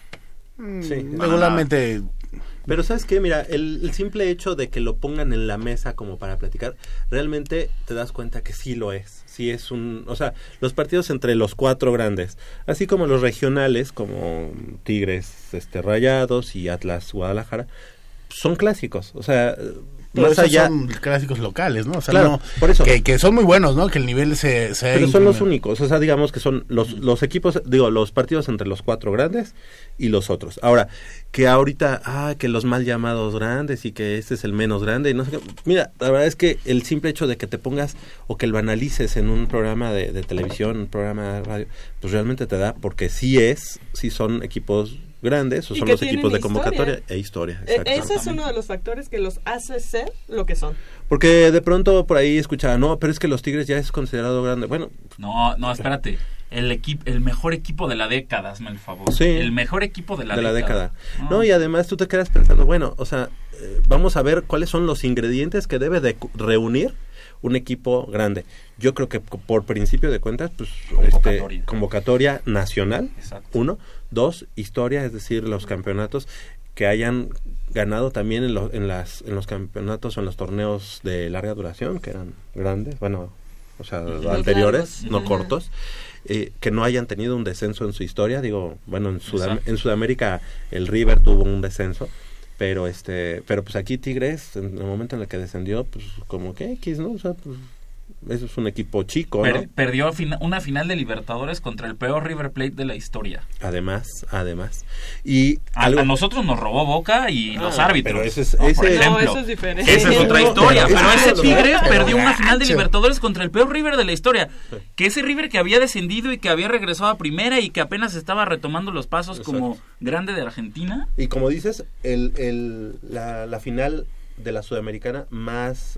Sí, regularmente. Pero ¿sabes qué? Mira, el simple hecho de que lo pongan en la mesa como para platicar, realmente te das cuenta que sí lo es. Sí es o sea, los partidos entre los 4 grandes, así como los regionales, como Tigres, Rayados y Atlas Guadalajara, son clásicos. O sea, pero más allá son clásicos locales, ¿no? O sea, claro, no, por eso. Que son muy buenos, ¿no? Que el nivel se pero son los únicos, o sea, digamos que son los equipos, los partidos entre los 4 grandes y los otros. Ahora, que ahorita, que los mal llamados grandes y que este es el menos grande y no sé qué. Mira, la verdad es que el simple hecho de que te pongas o que lo analices en un programa de televisión, un programa de radio, pues realmente te da, porque sí son equipos grandes, o son los equipos de convocatoria e historia. Ese es uno de los factores que los hace ser lo que son. Porque de pronto por ahí escuchaba, no, pero es que los Tigres ya es considerado grande. Bueno, no, espérate. El mejor equipo de la década, hazme el favor. Sí, el mejor equipo de la década. No, y además tú te quedas pensando, bueno, o sea, vamos a ver cuáles son los ingredientes que debe de reunir un equipo grande. Yo creo que por principio de cuentas, pues convocatoria nacional, 1, 2, historia, es decir, los campeonatos que hayan ganado también en los campeonatos o en los torneos de larga duración, que eran grandes, bueno, o sea, anteriores, no cortos, que no hayan tenido un descenso en su historia. Digo, bueno, en Sudamérica el River tuvo un descenso, pero pues aquí Tigres, en el momento en el que descendió, pues como que X, ¿no? O sea, pues eso es un equipo chico, ¿no? Perdió una final de Libertadores contra el peor River Plate de la historia. Además. Y a nosotros nos robó Boca y los árbitros. Pero eso es diferente. Esa es otra historia. Pero ese Tigres perdió una final de Libertadores contra el peor River de la historia. Que ese River que había descendido y que había regresado a primera y que apenas estaba retomando los pasos como grande de Argentina. Y como dices, la final de la Sudamericana más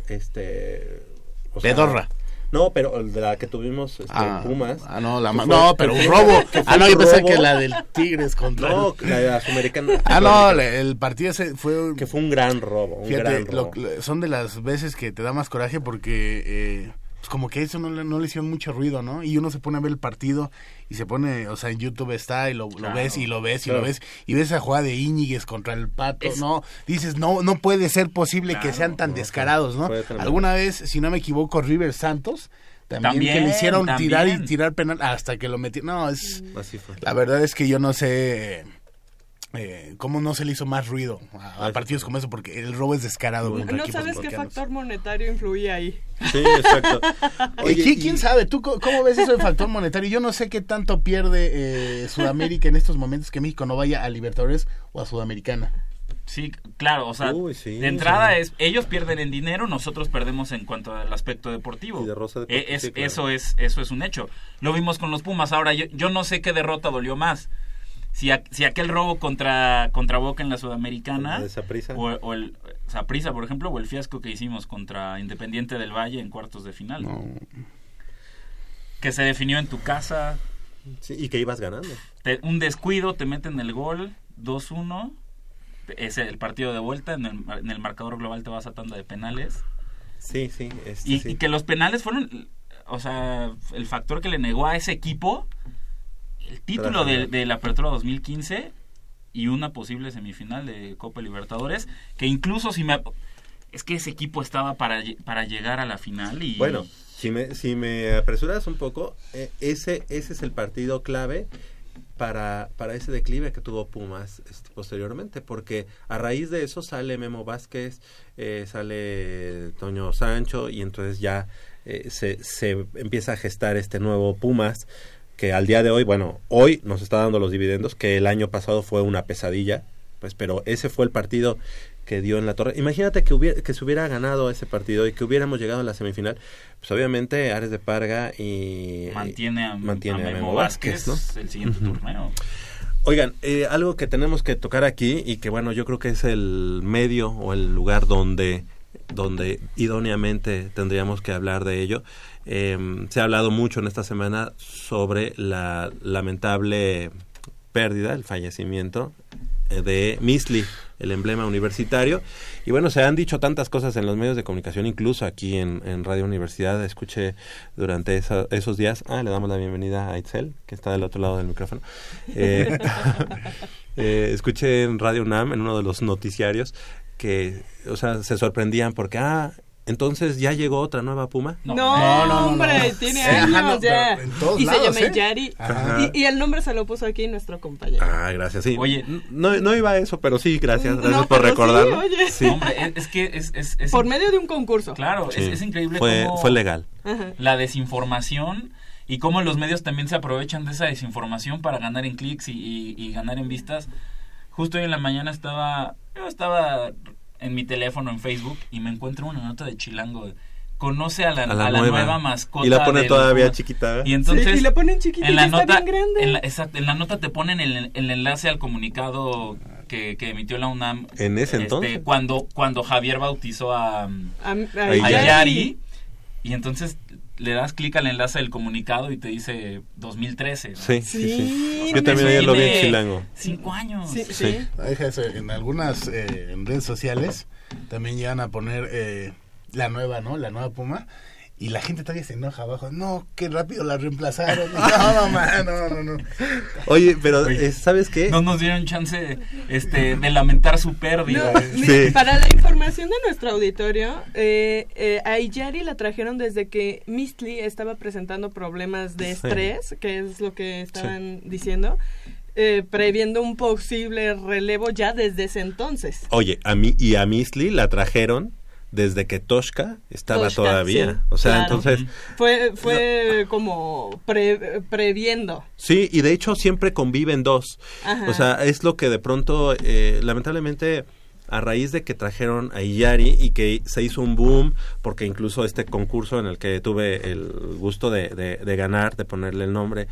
pedorra. No, pero de la que tuvimos Pumas. Pero un robo. Yo pensé que la del Tigres contra la Sudamericana. El partido ese fue que fue un gran robo. Son de las veces que te da más coraje porque pues como que eso no le hicieron mucho ruido, ¿no? Y uno se pone a ver el partido y se pone, o sea, en YouTube está y lo ves y lo ves y ves esa jugada de Íñiguez contra el Pato, ¿no? Dices, no puede ser posible que sean tan descarados, ¿no? Alguna vez, si no me equivoco, River Santos también que le hicieron tirar penal hasta que lo metieron. No, así fue. La verdad es que yo no sé cómo no se le hizo más ruido a partidos como eso, porque el robo es descarado. No sabes qué factor monetario influía ahí. Sí, exacto. Oye, ¿quién sabe? ¿Tú cómo ves eso del factor monetario? Yo no sé qué tanto pierde Sudamérica en estos momentos que México no vaya a Libertadores o a Sudamericana. Sí, claro, o sea, de entrada ellos pierden en dinero, nosotros perdemos en cuanto al aspecto deportivo. Y de rosa deportivo, sí, claro. Eso es un hecho. Lo vimos con los Pumas. Ahora, yo no sé qué derrota dolió más. Si aquel robo contra Boca en la Sudamericana, ¿De Saprissa? o el Saprissa, por ejemplo, o el fiasco que hicimos contra Independiente del Valle en cuartos de final. No. Que se definió en tu casa. Sí, y que ibas ganando. Un descuido, te meten el gol, 2-1. Es el partido de vuelta, en el marcador global te vas a tanda de penales. Sí. Y que los penales fueron, o sea, el factor que le negó a ese equipo el título de la Apertura 2015 y una posible semifinal de Copa Libertadores, que incluso es que ese equipo estaba para llegar a la final y... Bueno, si me apresuras un poco, ese es el partido clave para ese declive que tuvo Pumas posteriormente, porque a raíz de eso sale Memo Vázquez, sale Toño Sancho, y entonces ya se empieza a gestar este nuevo Pumas, que al día de hoy, bueno, hoy nos está dando los dividendos, que el año pasado fue una pesadilla, pues, pero ese fue el partido que dio en la Torre. Imagínate que se hubiera ganado ese partido y que hubiéramos llegado a la semifinal, pues obviamente Ares de Parga mantiene a Memo Vázquez, ¿no? El siguiente torneo. Oigan, algo que tenemos que tocar aquí y que bueno, yo creo que es el medio o el lugar donde idóneamente tendríamos que hablar de ello. Se ha hablado mucho en esta semana sobre la lamentable pérdida, el fallecimiento de Misli, el emblema universitario, y bueno, se han dicho tantas cosas en los medios de comunicación, incluso aquí en Radio Universidad. Escuché durante esos días, le damos la bienvenida a Itzel, que está del otro lado del micrófono. Escuché en Radio UNAM, en uno de los noticiarios, que, o sea, se sorprendían porque, entonces ya llegó otra nueva Puma. No, hombre, tiene años ya. Y lados, se llama Yari. Y el nombre se lo puso aquí nuestro compañero. Gracias, sí. Oye, no iba a eso, pero sí, gracias por recordarlo. Sí, oye. Sí. Hombre, es que es por medio de un concurso. Claro, sí. es increíble cómo fue legal. La desinformación y cómo los medios también se aprovechan de esa desinformación para ganar en clics y ganar en vistas. Justo hoy en la mañana yo estaba en mi teléfono en Facebook y me encuentro una nota de Chilango. Conoce a la nueva mascota. Y la pone todavía chiquita. Y entonces y la ponen chiquita, está bien grande. En la nota te ponen el enlace al comunicado que emitió la UNAM. En ese entonces. Cuando Javier bautizó a Yari. Y entonces le das clic al enlace del comunicado y te dice 2013, ¿no? Sí. Yo también ayer lo vi en Chilango. 5 años. Sí. En algunas en redes sociales también llegan a poner la nueva, ¿no? La nueva Puma. Y la gente todavía se enoja abajo. No, qué rápido la reemplazaron. No. Oye, pero ¿sabes qué? No nos dieron chance de lamentar su pérdida. No, para la información de nuestro auditorio, a Yari la trajeron desde que Misli estaba presentando problemas de estrés, que es lo que estaban diciendo, previendo un posible relevo ya desde ese entonces. Oye, a Misli la trajeron desde que Toshka estaba todavía. Sí, o sea, claro. Entonces... Fue como previendo. Sí, y de hecho siempre conviven dos. Ajá. O sea, es lo que de pronto, lamentablemente, a raíz de que trajeron a Yari y que se hizo un boom, porque incluso este concurso en el que tuve el gusto de ganar, de ponerle el nombre,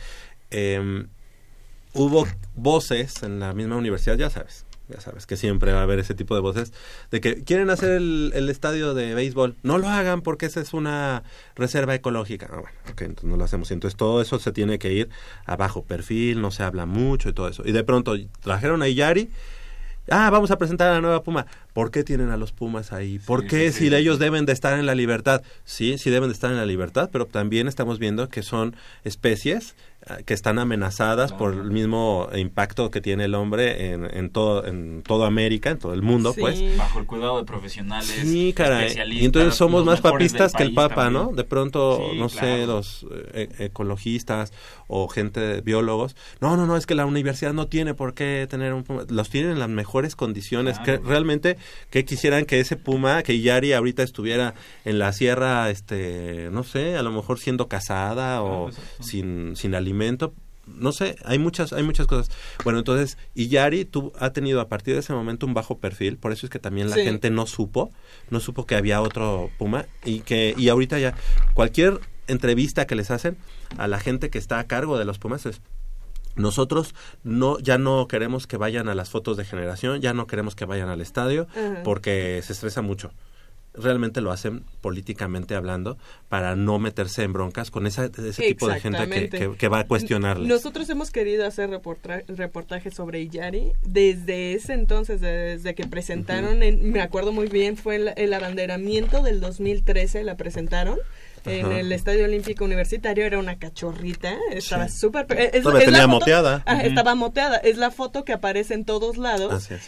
hubo voces en la misma universidad, ya sabes que siempre va a haber ese tipo de voces de que quieren hacer el estadio de béisbol, no lo hagan porque esa es una reserva ecológica. Bueno, entonces no lo hacemos. Entonces todo eso se tiene que ir a bajo perfil, no se habla mucho y todo eso. Y de pronto trajeron a Yari, vamos a presentar a la nueva Puma. ¿Por qué tienen a los Pumas ahí? ¿Por qué si ellos deben de estar en la libertad? Sí deben de estar en la libertad, pero también estamos viendo que son especies que están amenazadas por el mismo impacto que tiene el hombre en toda América, en todo el mundo, pues. Bajo el cuidado de profesionales, especialistas. Y entonces somos más papistas que el Papa, también. ¿no? De pronto, sé, los ecologistas o gente, biólogos. No, es que la universidad no tiene por qué tener un Puma. Los tienen en las mejores condiciones. Claro. Que realmente, que quisieran que ese Puma, que Yari ahorita estuviera en la sierra, no sé, a lo mejor siendo cazada o sin alimento, no sé, hay muchas cosas. Bueno, entonces, Illari ha tenido a partir de ese momento un bajo perfil, por eso es que también la gente no supo que había otro Puma, y ahorita ya cualquier entrevista que les hacen a la gente que está a cargo de los Pumas es: nosotros ya no queremos que vayan a las fotos de generación, ya no queremos que vayan al estadio, porque se estresa mucho. Realmente lo hacen políticamente hablando para no meterse en broncas con ese tipo de gente que va a cuestionarles. Nosotros hemos querido hacer reportajes sobre Illari desde ese entonces, desde que presentaron, me acuerdo muy bien, fue el abanderamiento del 2013, la presentaron en el Estadio Olímpico Universitario. Era una cachorrita, estaba súper... tenía moteada. Estaba moteada, es la foto que aparece en todos lados. Así es.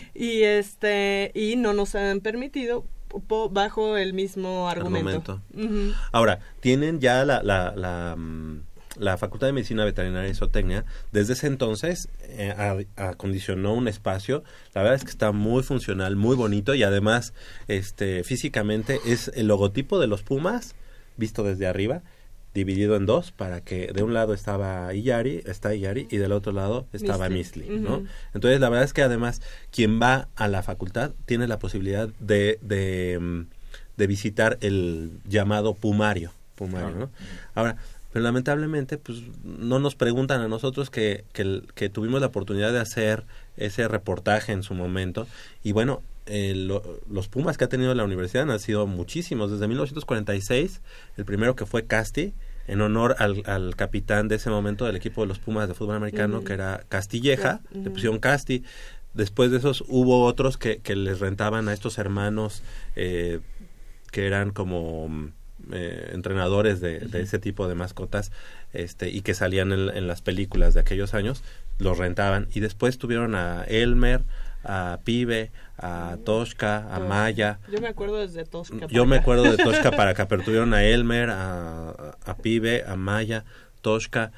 Y no nos han permitido bajo el mismo argumento. Ahora, tienen ya la Facultad de Medicina Veterinaria y Zootecnia, desde ese entonces acondicionó un espacio. La verdad es que está muy funcional, muy bonito, y además físicamente es el logotipo de los Pumas visto desde arriba, dividido en dos, para que de un lado está Illari y del otro lado estaba Misli, ¿no? Entonces la verdad es que además quien va a la facultad tiene la posibilidad de visitar el llamado Pumario, ¿no? Ahora, pero lamentablemente pues no nos preguntan a nosotros que tuvimos la oportunidad de hacer ese reportaje en su momento, y bueno, los Pumas que ha tenido la universidad han sido muchísimos. Desde 1946, el primero que fue Casti, en honor al capitán de ese momento del equipo de los Pumas de fútbol americano, que era Castilleja, le pusieron Casti. Después de esos hubo otros que les rentaban a estos hermanos que eran como entrenadores de ese tipo de mascotas, y que salían en las películas de aquellos años, los rentaban. Y después tuvieron a Elmer, a Pibe, a Toshka, a Maya. Yo me acuerdo desde Toshka. Yo me acuerdo de Toshka para acá, pero tuvieron a Elmer, a Pibe, a Maya, Toshka,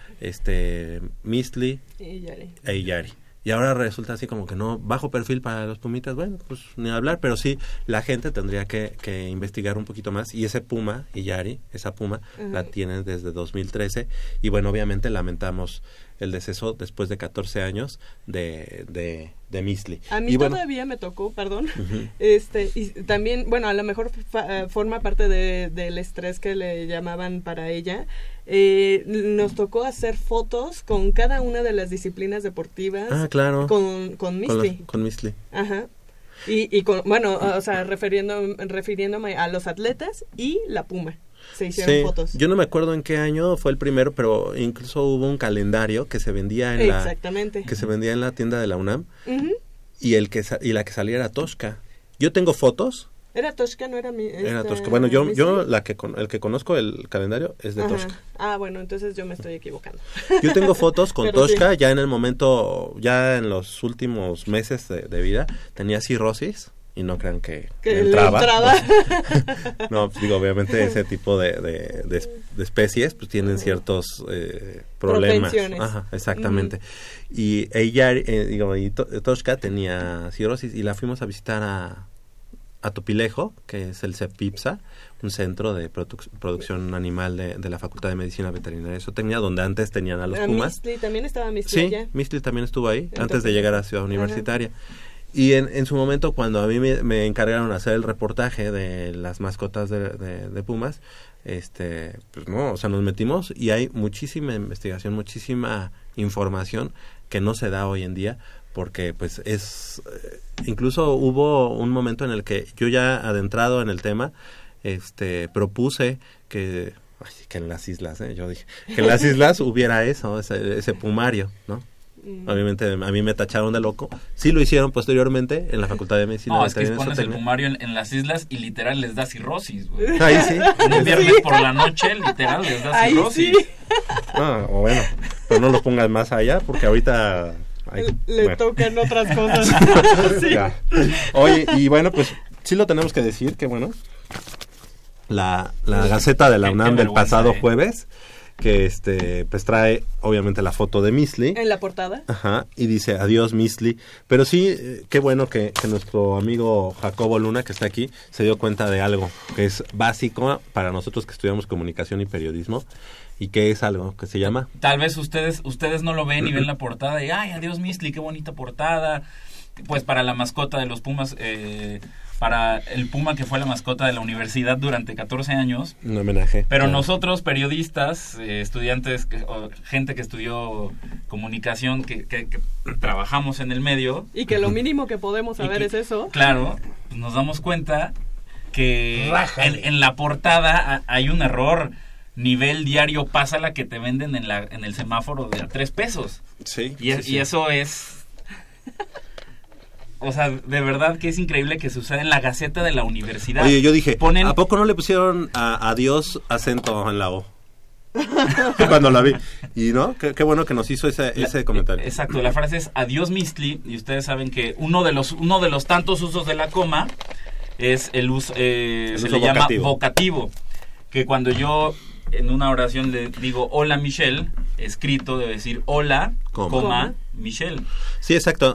Misli e Illari. Y ahora resulta así como que no, bajo perfil para los Pumitas. Bueno, pues ni hablar, pero sí la gente tendría que investigar un poquito más. Y ese Puma, Illari, esa Puma, la tienen desde 2013. Y bueno, obviamente lamentamos el deceso después de 14 años de Misli. A mí todavía me tocó, perdón, y también, bueno, a lo mejor forma parte del estrés que le llamaban para ella. Nos tocó hacer fotos con cada una de las disciplinas deportivas. Ah, claro. Con Misli. Con Misli. Ajá. Y con, bueno, o sea, refiriéndome a los atletas y la Puma. Se hicieron fotos. Yo no me acuerdo en qué año fue el primero, pero incluso hubo un calendario que se vendía en la tienda de la UNAM, y la que salía era Toshka. Yo tengo fotos. Era Toshka, no era mi. Era Toshka. Bueno, yo el que conozco el calendario es de Toshka. Ah, bueno, entonces yo me estoy equivocando. Yo tengo fotos con Toshka, ya en el momento, ya en los últimos meses de vida, tenía cirrosis. Y no crean que entraba. No, pues digo, obviamente ese tipo de especies pues tienen ciertos problemas. Ajá, exactamente. Y ella, y Toshka tenía cirrosis, y la fuimos a visitar a Topilejo, que es el CEPIPSA, un centro de producción animal de la Facultad de Medicina Veterinaria y Zootecnia, donde antes tenían a los Pumas. Misli, también estaba Misli allá. Sí, Misli también estuvo ahí, antes de llegar a Ciudad Universitaria. Y en su momento, cuando a mí me encargaron hacer el reportaje de las mascotas de Pumas, pues no, o sea, nos metimos y hay muchísima investigación, muchísima información que no se da hoy en día, porque pues incluso hubo un momento en el que yo, ya adentrado en el tema, propuse que en las islas, yo dije, que en las islas hubiera ese Pumario, ¿no? Obviamente a mí me tacharon de loco. Sí lo hicieron posteriormente en la Facultad de Medicina. No, es que pones el Pumario en las islas y literal les da cirrosis, güey. Ahí sí. Un viernes por la noche literal les da cirrosis. Sí. No, bueno, pero no lo pongas más allá porque ahorita le tocan otras cosas. Sí. Oye, y bueno, pues sí lo tenemos que decir que bueno, la Gaceta de la UNAM del pasado jueves, que pues trae obviamente la foto de Misli. En la portada. Ajá, y dice adiós Misli. Pero sí, qué bueno que nuestro amigo Jacobo Luna, que está aquí, se dio cuenta de algo que es básico para nosotros que estudiamos comunicación y periodismo. ¿Y qué es algo que se llama? Tal vez ustedes no lo ven y ven la portada y ¡ay, adiós Misli, qué bonita portada! Pues para la mascota de los Pumas, para el Puma que fue la mascota de la universidad durante 14 años. Un homenaje. Pero nosotros, periodistas, estudiantes, gente que estudió comunicación, que trabajamos en el medio. Y que lo mínimo que podemos saber es eso. Claro, nos damos cuenta que en la portada hay un error. Nivel diario pásala que te venden en el semáforo de a 3 pesos. Sí. Y eso es... O sea, de verdad que es increíble que se usara en la Gaceta de la Universidad. Oye, yo dije, ¿a poco no le pusieron a adiós acento en la O? Cuando la vi. Y no, qué bueno que nos hizo ese comentario. Exacto, la frase es adiós Misli, y ustedes saben que uno de los tantos usos de la coma es el uso, se le llama vocativo. Que cuando yo en una oración le digo hola Michelle, escrito debe decir hola, coma, Michelle. Sí, exacto.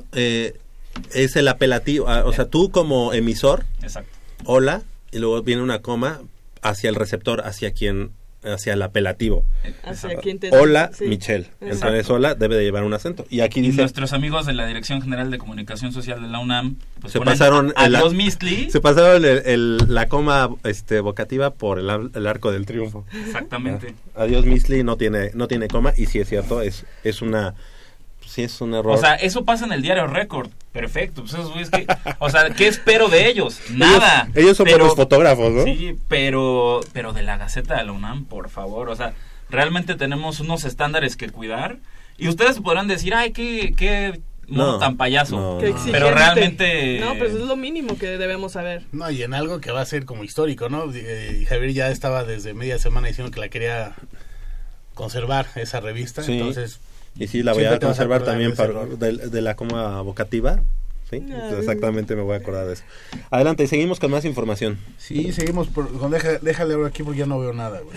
Es el apelativo, o sea, tú como emisor, exacto. Hola, y luego viene una coma hacia el receptor, hacia el apelativo. Hacia quien te hola, sí. Michelle. Exacto. Entonces, hola debe de llevar un acento. Y aquí dice... nuestros amigos de la Dirección General de Comunicación Social de la UNAM pues se pasaron adiós Misli. Se pasaron la coma vocativa por el arco del triunfo. Exactamente. Adiós Misli no tiene coma, y sí es cierto, es una... Sí, es un error. O sea, eso pasa en el diario Récord. Perfecto. Pues esos güeyes o sea, ¿qué espero de ellos? Nada. Ellos son buenos fotógrafos, ¿no? Sí, pero de la Gaceta de la UNAM, por favor. O sea, realmente tenemos unos estándares que cuidar. Y ustedes podrán decir, ay, qué modo tan payaso. Pero realmente... No, pues es lo mínimo que debemos saber. No, y en algo que va a ser como histórico, ¿no? Javier ya estaba desde media semana diciendo que la quería conservar, esa revista. Sí. Entonces... Y sí, la voy a conservar también de la coma vocativa. ¿Sí? Exactamente, me voy a acordar de eso. Adelante, y seguimos con más información. Sí, seguimos. Déjale ahora aquí porque ya no veo nada, güey.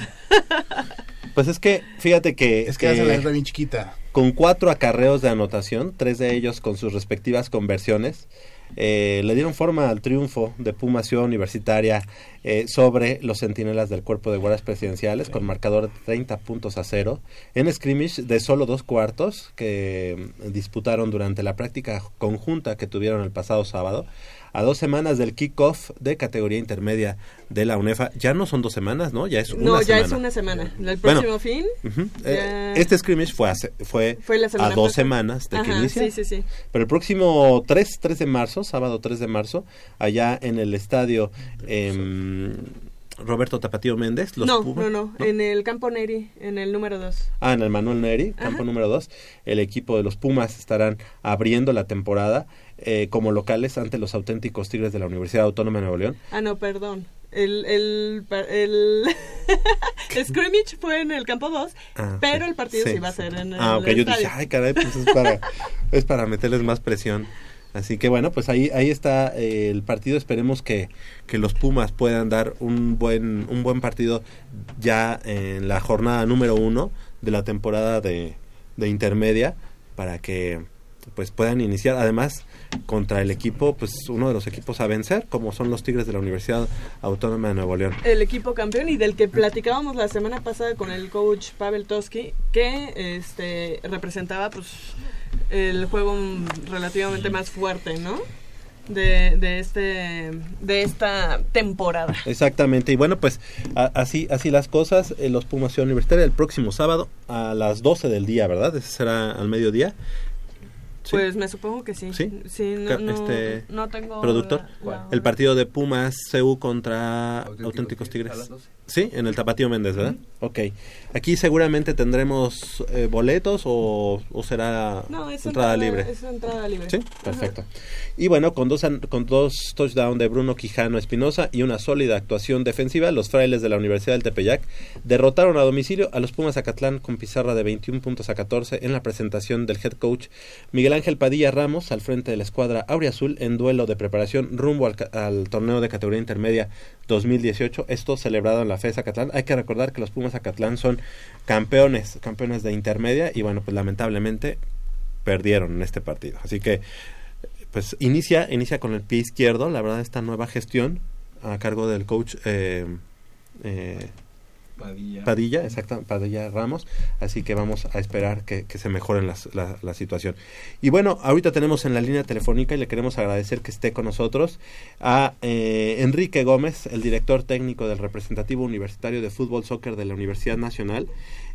Pues es que, fíjate que... Es que hace la letra bien chiquita. Con 4 acarreos de anotación, 3 de ellos con sus respectivas conversiones, le dieron forma al triunfo de Puma Ciudad Universitaria sobre los Centinelas del Cuerpo de Guardias Presidenciales, con marcador de 30-0 en scrimmage de solo 2 cuartos que disputaron durante la práctica conjunta que tuvieron el pasado sábado, a 2 semanas del kickoff de categoría intermedia de la UNEFA. Ya no son 2 semanas, ¿no? Ya es una semana. No, ya es una semana. El próximo fin. Este scrimmage fue a 2 semanas de que inicia. Sí. Pero el próximo 3 de marzo, sábado 3 de marzo, allá en el estadio Roberto Tapatío Méndez. No, en el Campo Neri, en el número 2. En el Manuel Neri, campo número 2. El equipo de los Pumas estarán abriendo la temporada como locales ante los auténticos Tigres de la Universidad Autónoma de Nuevo León. No, perdón. El scrimmage fue en el campo 2, pero el partido sí va a ser en el yo estadio. dije, ay caray, pues es para meterles más presión. Así que bueno, pues ahí está el partido. Esperemos que los Pumas puedan dar un buen partido ya en la jornada número 1 de la temporada de intermedia, para que pues puedan iniciar además contra el equipo, pues uno de los equipos a vencer, como son los Tigres de la Universidad Autónoma de Nuevo León. El equipo campeón, y del que platicábamos la semana pasada con el coach Pavel Toski, que representaba pues el juego relativamente más fuerte, ¿no? De esta temporada. Exactamente, y bueno, pues así las cosas. Los Pumas Ciudad Universitaria el próximo sábado a las 12 del día, ¿verdad? Ese será al mediodía. ¿Sí? Pues me supongo que sí. Sí, no tengo... ¿Productor? El partido de Pumas CU contra Auténticos Tigres. Sí, en el Tapatío Méndez, ¿verdad? Ok. Aquí seguramente tendremos boletos o será entrada libre. Es entrada libre. Sí, perfecto. Y bueno, con dos touchdowns de Bruno Quijano Espinosa y una sólida actuación defensiva, los Frailes de la Universidad del Tepeyac derrotaron a domicilio a los Pumas Zacatlán con pizarra de 21-14 en la presentación del head coach Miguel Ángel Padilla Ramos al frente de la escuadra auriazul en duelo de preparación rumbo al torneo de categoría intermedia 2018, esto celebrado en la FES Acatlán. Hay que recordar que los Pumas Acatlán son campeones de intermedia y bueno, pues lamentablemente perdieron en este partido. Así que pues inicia con el pie izquierdo, la verdad, esta nueva gestión a cargo del coach Padilla Ramos, así que vamos a esperar que se mejore la situación. Y bueno, ahorita tenemos en la línea telefónica y le queremos agradecer que esté con nosotros a Enrique Gómez, el director técnico del representativo universitario de fútbol soccer de la Universidad Nacional.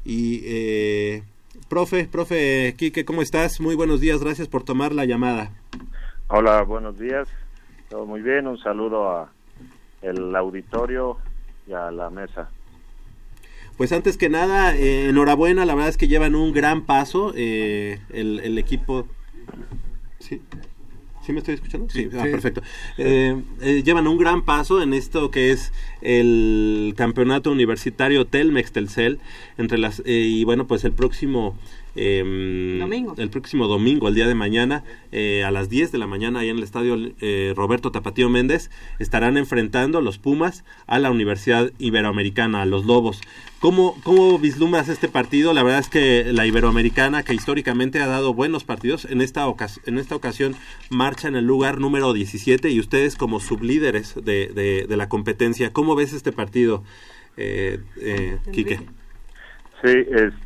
Y profe Quique, ¿cómo estás? Muy buenos días, gracias por tomar la llamada. Hola, buenos días, todo muy bien, un saludo a el auditorio y a la mesa. Pues antes que nada, enhorabuena, la verdad es que llevan un gran paso, el equipo... ¿Sí? ¿Sí me estoy escuchando? Sí, sí. Perfecto. Llevan un gran paso en esto que es el campeonato universitario Telmex-Telcel, y bueno, pues el próximo... El próximo domingo, el día de mañana, a las 10 de la mañana, ahí en el estadio Roberto Tapatío Méndez, estarán enfrentando los Pumas a la Universidad Iberoamericana, a los Lobos. ¿Cómo vislumbras este partido? La verdad es que la Iberoamericana, que históricamente ha dado buenos partidos, en esta ocasión marcha en el lugar número 17 y ustedes como sublíderes de la competencia, ¿cómo ves este partido, Quique? Sí,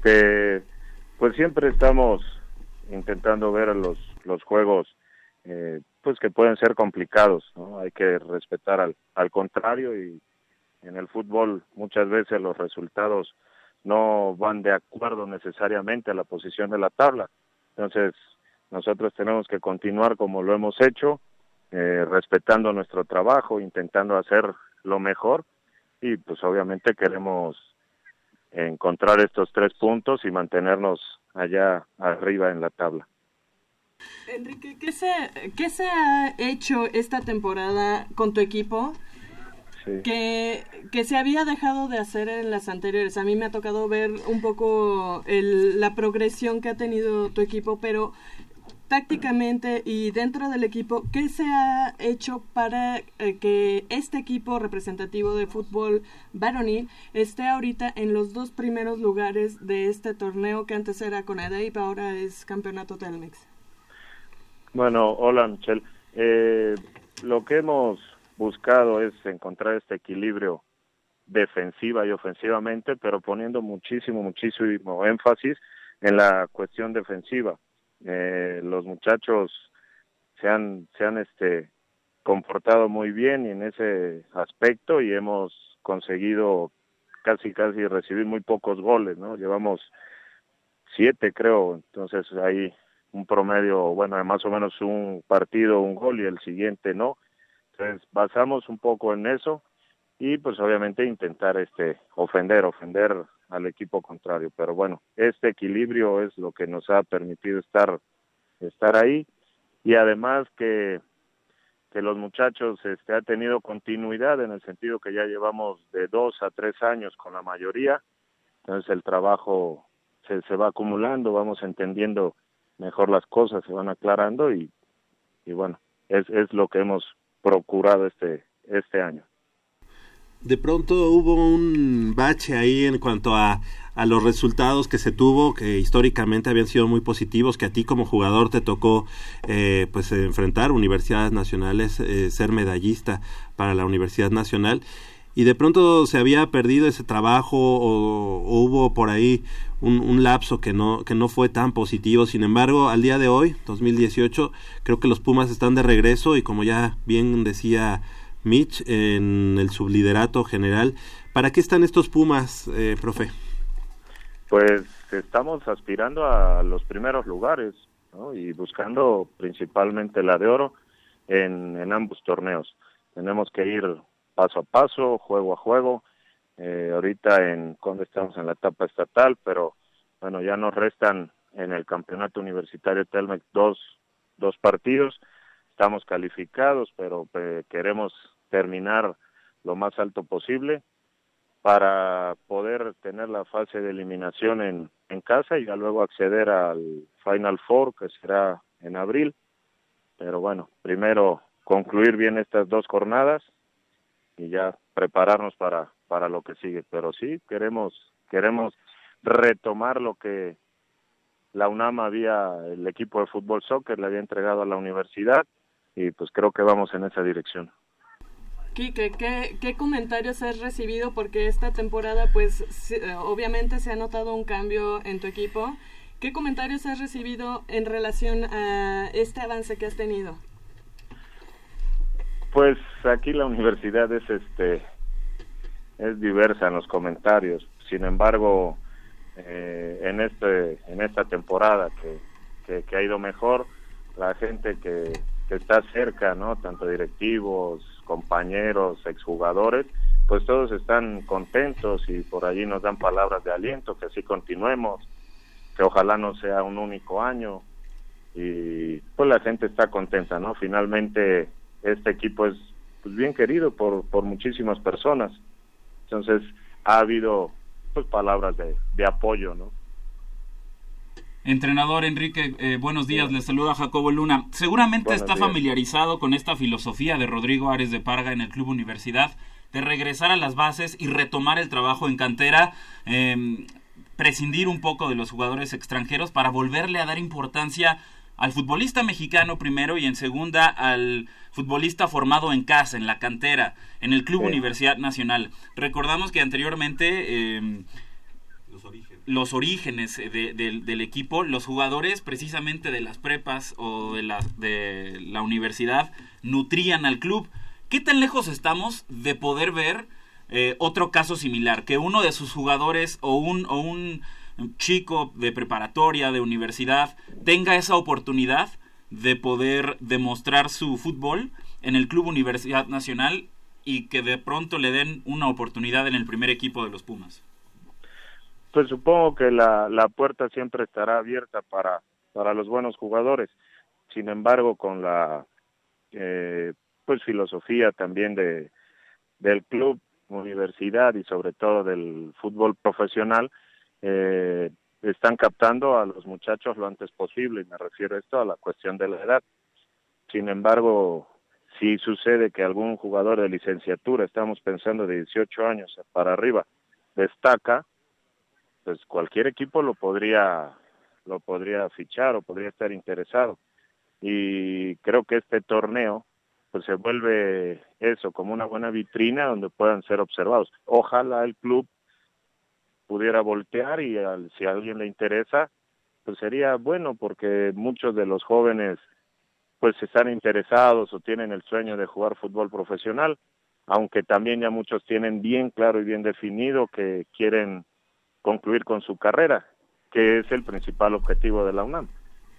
pues siempre estamos intentando ver los juegos pues que pueden ser complicados, ¿no? Hay que respetar al contrario, y en el fútbol muchas veces los resultados no van de acuerdo necesariamente a la posición de la tabla. Entonces nosotros tenemos que continuar como lo hemos hecho, respetando nuestro trabajo, intentando hacer lo mejor, y pues obviamente queremos encontrar estos 3 puntos y mantenernos allá arriba en la tabla. Enrique, ¿qué se ha hecho esta temporada con tu equipo? Sí. Que se había dejado de hacer en las anteriores. A mí me ha tocado ver un poco la progresión que ha tenido tu equipo, pero tácticamente y dentro del equipo, ¿qué se ha hecho para que este equipo representativo de fútbol varonil esté ahorita en los 2 primeros lugares de este torneo que antes era CONADEIP, ahora es Campeonato Telmex? Bueno, hola Michelle. Lo que hemos buscado es encontrar este equilibrio defensiva y ofensivamente, pero poniendo muchísimo énfasis en la cuestión defensiva. Los muchachos se han comportado muy bien en ese aspecto y hemos conseguido casi recibir muy pocos goles, ¿no? Llevamos 7, creo, entonces hay un promedio, bueno, de más o menos un partido, un gol, y el siguiente no. Entonces basamos un poco en eso y pues obviamente intentar ofender al equipo contrario, pero bueno, este equilibrio es lo que nos ha permitido estar ahí, y además que los muchachos ha tenido continuidad en el sentido que ya llevamos de 2 a 3 años con la mayoría, entonces el trabajo se va acumulando, vamos entendiendo mejor las cosas, se van aclarando y bueno, es lo que hemos procurado este año. De pronto hubo un bache ahí en cuanto a los resultados que se tuvo, que históricamente habían sido muy positivos, que a ti como jugador te tocó pues enfrentar universidades nacionales, ser medallista para la Universidad Nacional, y de pronto se había perdido ese trabajo o hubo por ahí un lapso que no fue tan positivo. Sin embargo, al día de hoy, 2018, creo que los Pumas están de regreso y como ya bien decía Mitch, en el subliderato general. ¿Para qué están estos Pumas, profe? Pues estamos aspirando a los primeros lugares, ¿no? Y buscando principalmente la de oro en ambos torneos. Tenemos que ir paso a paso, juego a juego. Ahorita cuando estamos en la etapa estatal, pero bueno, ya nos restan en el campeonato universitario Telmex dos partidos. Estamos calificados, pero queremos terminar lo más alto posible para poder tener la fase de eliminación en casa y ya luego acceder al Final Four, que será en abril, pero bueno, primero concluir bien estas 2 jornadas y ya prepararnos para lo que sigue. Pero sí, queremos retomar lo que la UNAM el equipo de fútbol soccer le había entregado a la universidad, y pues creo que vamos en esa dirección. Quique, ¿qué comentarios has recibido? Porque esta temporada, pues, obviamente se ha notado un cambio en tu equipo. ¿Qué comentarios has recibido en relación a este avance que has tenido? Pues aquí la universidad es diversa en los comentarios. Sin embargo, en esta temporada que ha ido mejor, la gente que está cerca, ¿no? Tanto directivos, compañeros, exjugadores, pues todos están contentos y por allí nos dan palabras de aliento, que así continuemos, que ojalá no sea un único año, y pues la gente está contenta, ¿no? Finalmente este equipo es pues bien querido por muchísimas personas, entonces ha habido pues palabras de apoyo, ¿no? Entrenador Enrique, buenos días, les saluda Jacobo Luna. Seguramente Buenos está días. Familiarizado con esta filosofía de Rodrigo Ares de Parga en el Club Universidad, de regresar a las bases y retomar el trabajo en cantera, prescindir un poco de los jugadores extranjeros para volverle a dar importancia al futbolista mexicano primero, y en segunda al futbolista formado en casa, en la cantera, en el Club Universidad Nacional. Recordamos que anteriormente los orígenes del equipo, los jugadores precisamente de las prepas o de la universidad nutrían al club. ¿Qué tan lejos estamos de poder ver otro caso similar? Que uno de sus jugadores o un chico de preparatoria, de universidad, tenga esa oportunidad de poder demostrar su fútbol en el Club Universidad Nacional y que de pronto le den una oportunidad en el primer equipo de los Pumas. Pues supongo que la puerta siempre estará abierta para los buenos jugadores. Sin embargo, con la pues filosofía también del club, universidad y sobre todo del fútbol profesional, están captando a los muchachos lo antes posible, y me refiero a esto a la cuestión de la edad. Sin embargo, si sucede que algún jugador de licenciatura, estamos pensando de 18 años para arriba, destaca, pues cualquier equipo lo podría fichar o podría estar interesado, y creo que este torneo pues se vuelve eso, como una buena vitrina donde puedan ser observados. Ojalá el club pudiera voltear y si a alguien le interesa, pues sería bueno, porque muchos de los jóvenes pues están interesados o tienen el sueño de jugar fútbol profesional, aunque también ya muchos tienen bien claro y bien definido que quieren concluir con su carrera, que es el principal objetivo de la UNAM,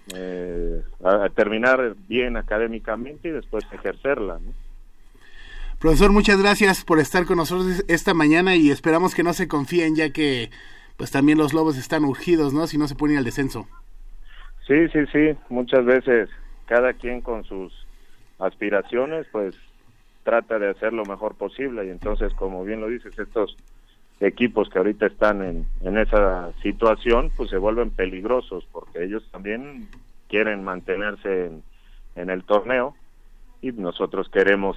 a terminar bien académicamente y después ejercerla, ¿no? Profesor, muchas gracias por estar con nosotros esta mañana, y esperamos que no se confíen, ya que pues también los Lobos están urgidos, ¿no? Si no se ponen al descenso. Sí, muchas veces cada quien con sus aspiraciones pues trata de hacer lo mejor posible, y entonces, como bien lo dices, estos equipos que ahorita están en esa situación pues se vuelven peligrosos, porque ellos también quieren mantenerse en el torneo, y nosotros queremos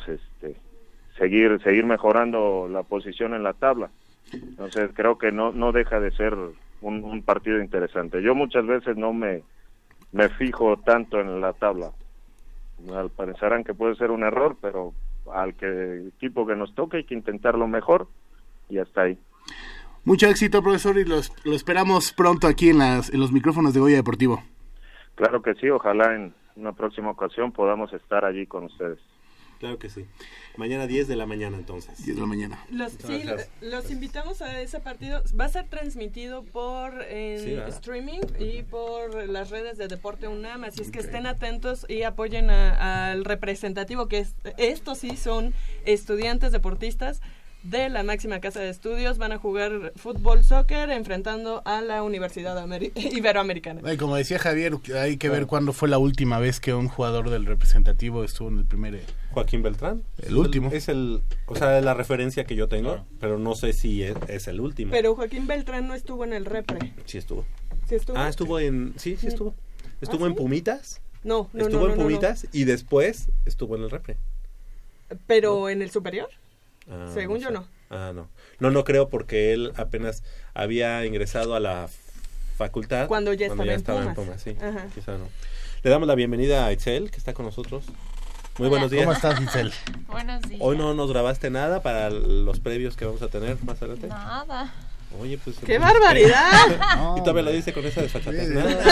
seguir mejorando la posición en la tabla. Entonces creo que no deja de ser un partido interesante. Yo muchas veces no me fijo tanto en la tabla, pensarán que puede ser un error, pero equipo que nos toque hay que intentarlo mejor, y hasta ahí. Mucho éxito, profesor, y lo esperamos pronto aquí en los micrófonos de Goya Deportivo. Claro que sí, ojalá en una próxima ocasión podamos estar allí con ustedes. Claro que sí. Mañana 10 de la mañana, entonces. 10 de la mañana. Los invitamos a ese partido. Va a ser transmitido por streaming y por las redes de Deporte UNAM, así es que estén atentos y apoyen al representativo, que estos sí son estudiantes deportistas de la máxima casa de estudios. Van a jugar fútbol soccer enfrentando a la Universidad Iberoamericana. Como decía Javier, hay que ver cuándo fue la última vez que un jugador del representativo estuvo en el primer... Joaquín Beltrán. El último. Es la referencia que yo tengo, pero no sé si es el último. Pero Joaquín Beltrán no estuvo en el repre. Sí estuvo. ¿Sí estuvo? Ah, estuvo en... Sí estuvo. Estuvo en Pumitas. No. Estuvo en Pumitas y después estuvo en el Repre. ¿Pero en el superior? Según no yo sé. no. No creo porque él apenas había ingresado a la facultad. Cuando ya estaba en Pumas. Sí, Ajá. quizá no. Le damos la bienvenida a Itzel, que está con nosotros. Muy buenos días. ¿Cómo estás, Itzel? Buenos días. Hoy no nos grabaste nada para los previos que vamos a tener más adelante. Nada. Oye, pues... ¡Qué barbaridad! Y todavía lo dice con esa desfachatez.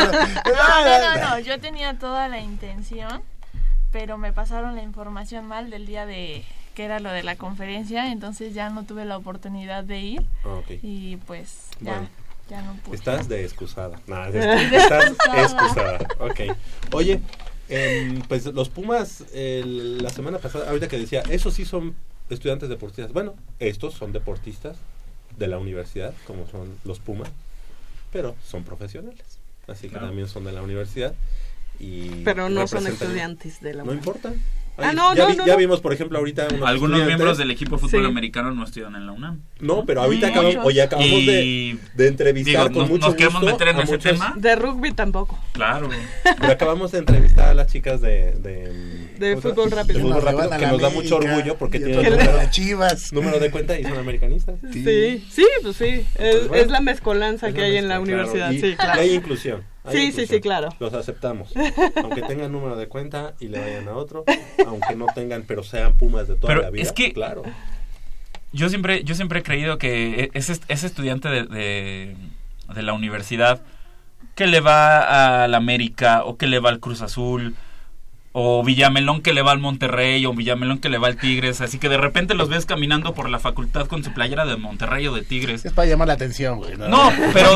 No, yo tenía toda la intención, pero me pasaron la información mal del día de que era lo de la conferencia, entonces ya no tuve la oportunidad de ir. Okay. Y pues ya no pude. Estás de excusada. Estás excusada. Ok. Oye, pues los Pumas la semana pasada, ahorita que decía, esos sí son estudiantes deportistas. Bueno, estos son deportistas de la universidad, como son los Pumas, pero son profesionales. Así que también son de la universidad. Pero no son estudiantes de la universidad. No importa. Ya vimos, por ejemplo, ahorita algunos miembros del equipo de fútbol americano no estudian en la UNAM. No, pero ahorita acabamos de entrevistar con mucho ¿nos queremos gusto meter en ese tema? De rugby tampoco. Claro. Pero acabamos de entrevistar a las chicas de fútbol rápido. De fútbol rápido, que nos da mucho orgullo porque tienen número de cuenta y son americanistas. Sí, pues sí. Es la mezcolanza que hay en la universidad. Sí, claro. Y hay inclusión. Sí, claro. Los aceptamos. Aunque tengan número de cuenta y le vayan a otro, aunque no tengan, pero sean Pumas de toda la vida. Es que claro. Yo siempre he creído que ese estudiante de la universidad que le va a la América o que le va al Cruz Azul o Villamelón que le va al Monterrey o Villamelón que le va al Tigres, así que de repente los ves caminando por la facultad con su playera de Monterrey o de Tigres. Es para llamar la atención, güey. No,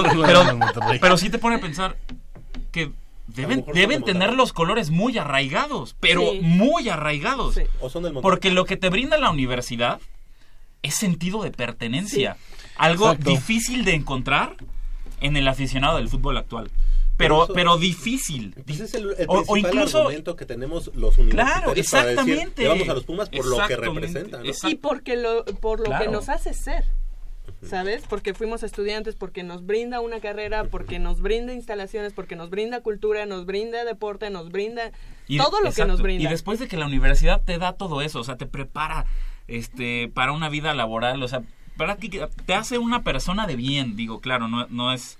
pero sí te pone a pensar que deben tener los colores muy arraigados, pero muy arraigados. Sí. O son del Monterrey. Porque lo que te brinda la universidad es sentido de pertenencia. Sí. Algo difícil de encontrar en el aficionado del fútbol actual. Pero difícil. Pues es el principal incluso, argumento que tenemos los universitarios. Claro, exactamente. Para decir, vamos a los Pumas por lo que representan, ¿no? Y por lo que nos hace ser. ¿Sabes? Porque fuimos estudiantes, porque nos brinda una carrera, porque nos brinda instalaciones, porque nos brinda cultura, nos brinda deporte, nos brinda todo lo que nos brinda. Y después de que la universidad te da todo eso, o sea, te prepara para una vida laboral, o sea, te hace una persona de bien, digo, claro, no es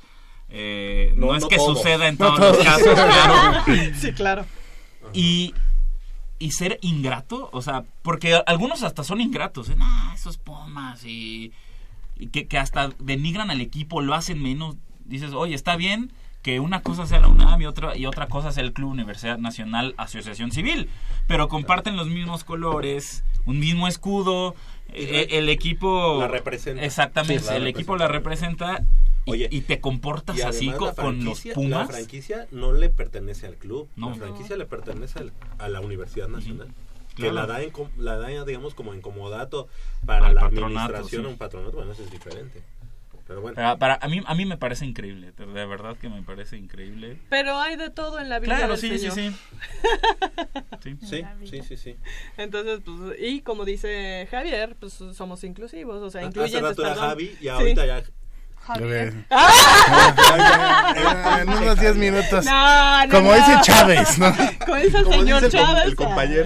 que todos. Suceda en todos los casos, claro. Sí, claro. Y ser ingrato, o sea, porque algunos hasta son ingratos, esos Pumas y que hasta denigran al equipo, lo hacen menos. Dices, oye, está bien que una cosa sea la UNAM y otra cosa sea el Club Universidad Nacional Asociación Civil, pero comparten los mismos colores, un mismo escudo, el equipo la representa. Exactamente, sí, el equipo la representa. Oye, y te comportas así con los Pumas. La franquicia no le pertenece al club, la franquicia le pertenece a la Universidad Nacional. Que la da, digamos, como en comodato para la administración, un patronato, bueno, eso es diferente. Pero bueno. A mí me parece increíble, de verdad que me parece increíble. Pero hay de todo en la vida. Claro, sí. Sí. Entonces, pues, y como dice Javier, pues somos inclusivos, o sea, incluyentes. Hace rato era Javi y ahorita ya... En unos 10 minutos. Como dice Chávez, ¿no? Como dice el señor Chávez. El compañero.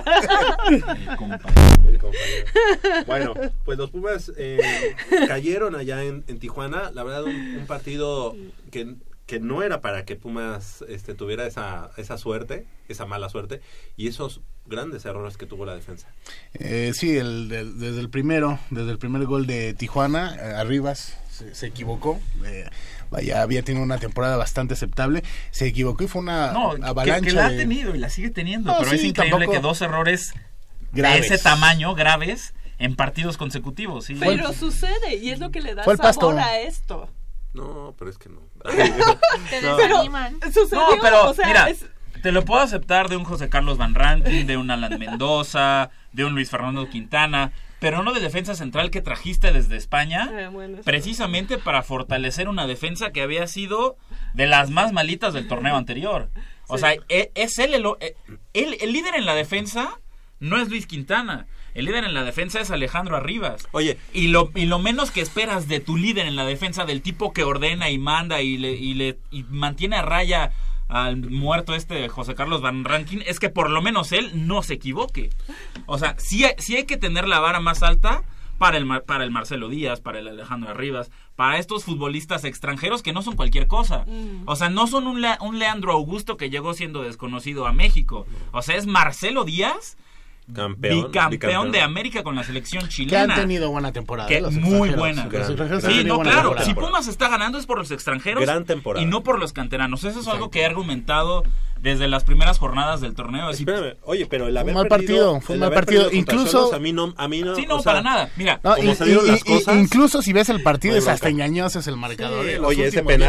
Bueno, pues los Pumas cayeron allá en Tijuana. La verdad, un partido que no era para que Pumas tuviera esa suerte, esa mala suerte, y esos grandes errores que tuvo la defensa. Sí, desde el primer gol de Tijuana, Arribas se equivocó. Había tenido una temporada bastante aceptable, se equivocó y fue una avalancha. Que la ha tenido y la sigue teniendo, pero es increíble que 2 errores graves, de ese tamaño, graves, en partidos consecutivos. ¿Sí? Pero sucede, y es lo que le da sabor a esto. No, pero es que no. Te desaniman. Sucedió, pero o sea, mira, te lo puedo aceptar de un José Carlos Van Rankin, de un Alan Mendoza, de un Luis Fernando Quintana, pero no de defensa central que trajiste desde España, precisamente para fortalecer una defensa que había sido de las más malitas del torneo anterior. O sea, es él el líder en la defensa, no es Luis Quintana. El líder en la defensa es Alejandro Arribas. Oye, y lo menos que esperas de tu líder en la defensa, del tipo que ordena y manda y mantiene a raya al muerto José Carlos Van Rankin es que por lo menos él no se equivoque. O sea, sí hay que tener la vara más alta para el Marcelo Díaz, para el Alejandro Arribas, para estos futbolistas extranjeros que no son cualquier cosa. O sea, no son un Leandro Augusto que llegó siendo desconocido a México. O sea, es Marcelo Díaz, bicampeón de América con la selección chilena. Que han tenido buena temporada. Muy buena. Sí, no, claro. Si Pumas está ganando es por los extranjeros y no por los canteranos. Eso es algo que he argumentado desde las primeras jornadas del torneo. Espérame, oye, pero el haber fue un mal partido. Incluso a mí no. Sí, no, para nada. Mira, como salieron las cosas. Incluso si ves el partido es hasta engañoso, es el marcador. Sí. Oye,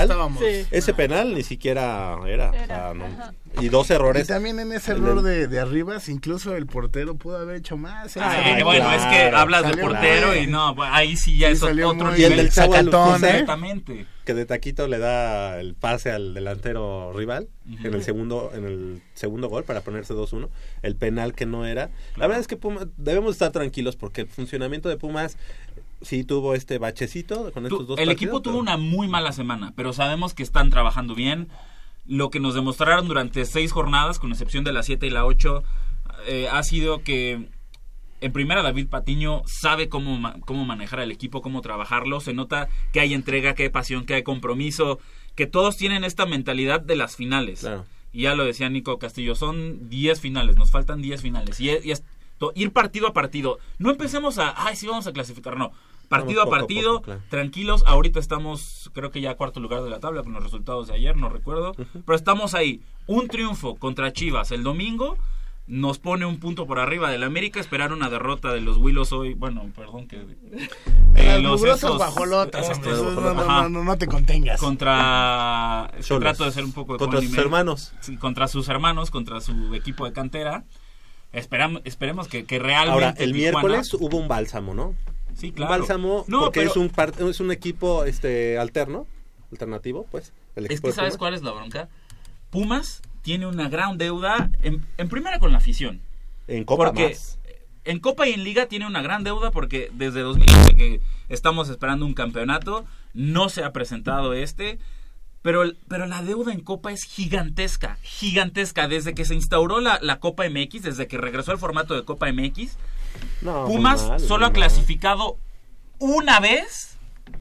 ese penal ni siquiera era. O sea, no. Y 2 errores. Y también en ese error de Arribas, incluso el portero pudo haber hecho más. Bueno, es que hablas de portero y no, ahí sí ya es otro y el del sacatón, exactamente. Que de taquito le da el pase al delantero rival en el segundo gol para ponerse 2-1, el penal que no era. La verdad es que Pumas, debemos estar tranquilos porque el funcionamiento de Pumas sí tuvo este bachecito con estos dos partidos. El equipo tuvo una muy mala semana, pero sabemos que están trabajando bien. Lo que nos demostraron durante 6 jornadas, con excepción de la 7 y la 8, ha sido que en primera David Patiño sabe cómo manejar al equipo, cómo trabajarlo. Se nota que hay entrega, que hay pasión, que hay compromiso, que todos tienen esta mentalidad de las finales. Claro. Y ya lo decía Nico Castillo, son 10 finales, nos faltan 10 finales. Y es ir partido a partido. No empecemos sí vamos a clasificar, no. Partido a partido, claro. Tranquilos. Ahorita estamos, creo que ya a 4º lugar de la tabla con los resultados de ayer, no recuerdo. Pero estamos ahí. Un triunfo contra Chivas el domingo nos pone un punto por arriba del América. Esperar una derrota de los Willos hoy. Bueno, perdón que... los bajolotas. No te contengas. Trato de ser un poco... Contra sus hermanos. Sí, contra sus hermanos, contra su equipo de cantera. Esperemos que realmente... Ahora, el miércoles hubo un bálsamo, ¿no? Sí, claro. Un bálsamo, porque es un equipo alternativo, pues. Es que ¿sabes cuál es la bronca? Pumas tiene una gran deuda, en primera con la afición. En Copa más. En Copa y en Liga tiene una gran deuda porque desde 2011 que estamos esperando un campeonato, no se ha presentado pero la deuda en Copa es gigantesca. Desde que se instauró la Copa MX, desde que regresó al formato de Copa MX, Pumas solo ha clasificado una vez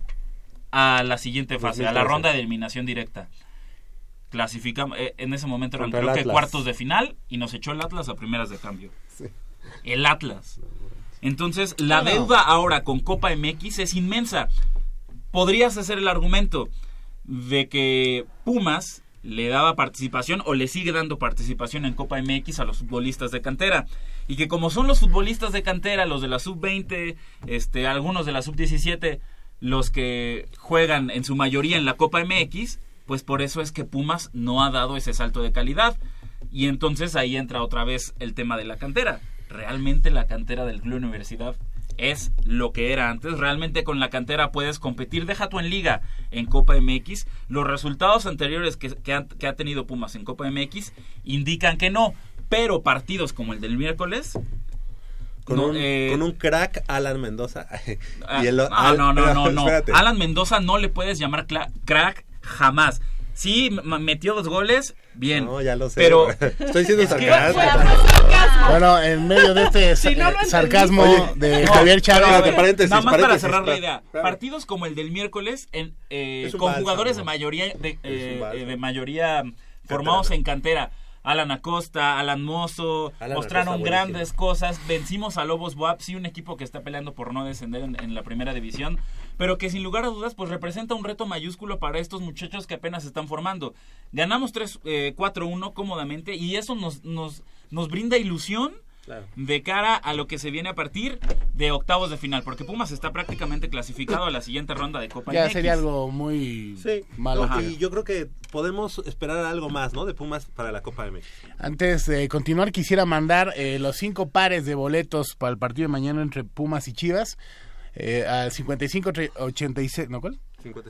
a la siguiente fase, a la ronda de eliminación directa. Clasificamos, en ese momento eran creo que cuartos de final y nos echó el Atlas a primeras de cambio. Sí. El Atlas. Entonces, la deuda ahora con Copa MX es inmensa. Podrías hacer el argumento de que Pumas le daba participación o le sigue dando participación en Copa MX a los futbolistas de cantera. Y que como son los futbolistas de cantera, los de la sub-20, algunos de la sub-17, los que juegan en su mayoría en la Copa MX, pues por eso es que Pumas no ha dado ese salto de calidad. Y entonces ahí entra otra vez el tema de la cantera. ¿Realmente la cantera del Club Universidad es lo que era antes? ¿Realmente con la cantera puedes competir? Deja tú en Liga, en Copa MX. Los resultados anteriores que ha tenido Pumas en Copa MX indican que no. Pero partidos como el del miércoles... Con un crack Alan Mendoza. No. Alan Mendoza no le puedes llamar crack jamás. Sí, metió 2 goles, bien. No, ya lo sé. Pero estoy siendo sarcasmo. Bueno, en medio de este sarcasmo de Javier Chávez. Nada más para cerrar la idea. Partidos como el del miércoles, con jugadores de mayoría formados en cantera. Alan Acosta, Alan Mozo, mostraron grandes cosas. Vencimos a Lobos BUAP, sí, un equipo que está peleando por no descender en la primera división, pero que sin lugar a dudas pues representa un reto mayúsculo para estos muchachos que apenas se están formando. Ganamos 4-1 cómodamente y eso nos brinda ilusión. Claro. De cara a lo que se viene a partir de octavos de final, porque Pumas está prácticamente clasificado a la siguiente ronda de Copa ya MX. Sería algo muy malo. Y yo creo que podemos esperar algo más, ¿no? De Pumas para la Copa MX. Antes de continuar, quisiera mandar los 5 pares de boletos para el partido de mañana entre Pumas y Chivas al 55-86, ¿no cuál?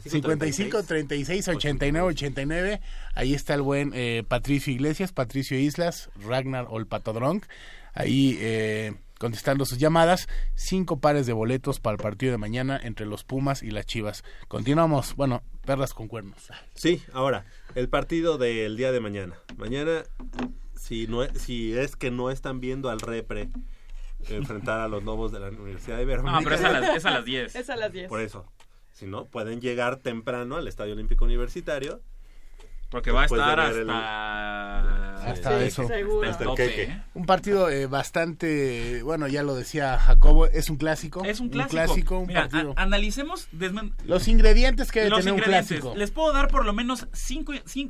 55-36-89-89. Ahí está el buen Patricio Iglesias, Patricio Islas, Ragnar Olpatodronk. Ahí contestando sus llamadas. 5 pares de boletos para el partido de mañana entre los Pumas y las Chivas. Continuamos, bueno, perras con cuernos. Sí, ahora, el partido del día de mañana. Mañana, si es que no están viendo al Repre enfrentar a los Lobos de la Universidad de Iberoamérica. No, pero es a las 10. Es a las 10. Por eso, si no, pueden llegar temprano al Estadio Olímpico Universitario. Porque va a estar hasta eso. Seguro. Hasta el queque. Un partido bastante, bueno, ya lo decía Jacobo, es un clásico. Es un clásico. Un Mira, partido. Analicemos los ingredientes que debe tener un clásico. Les puedo dar por lo menos 5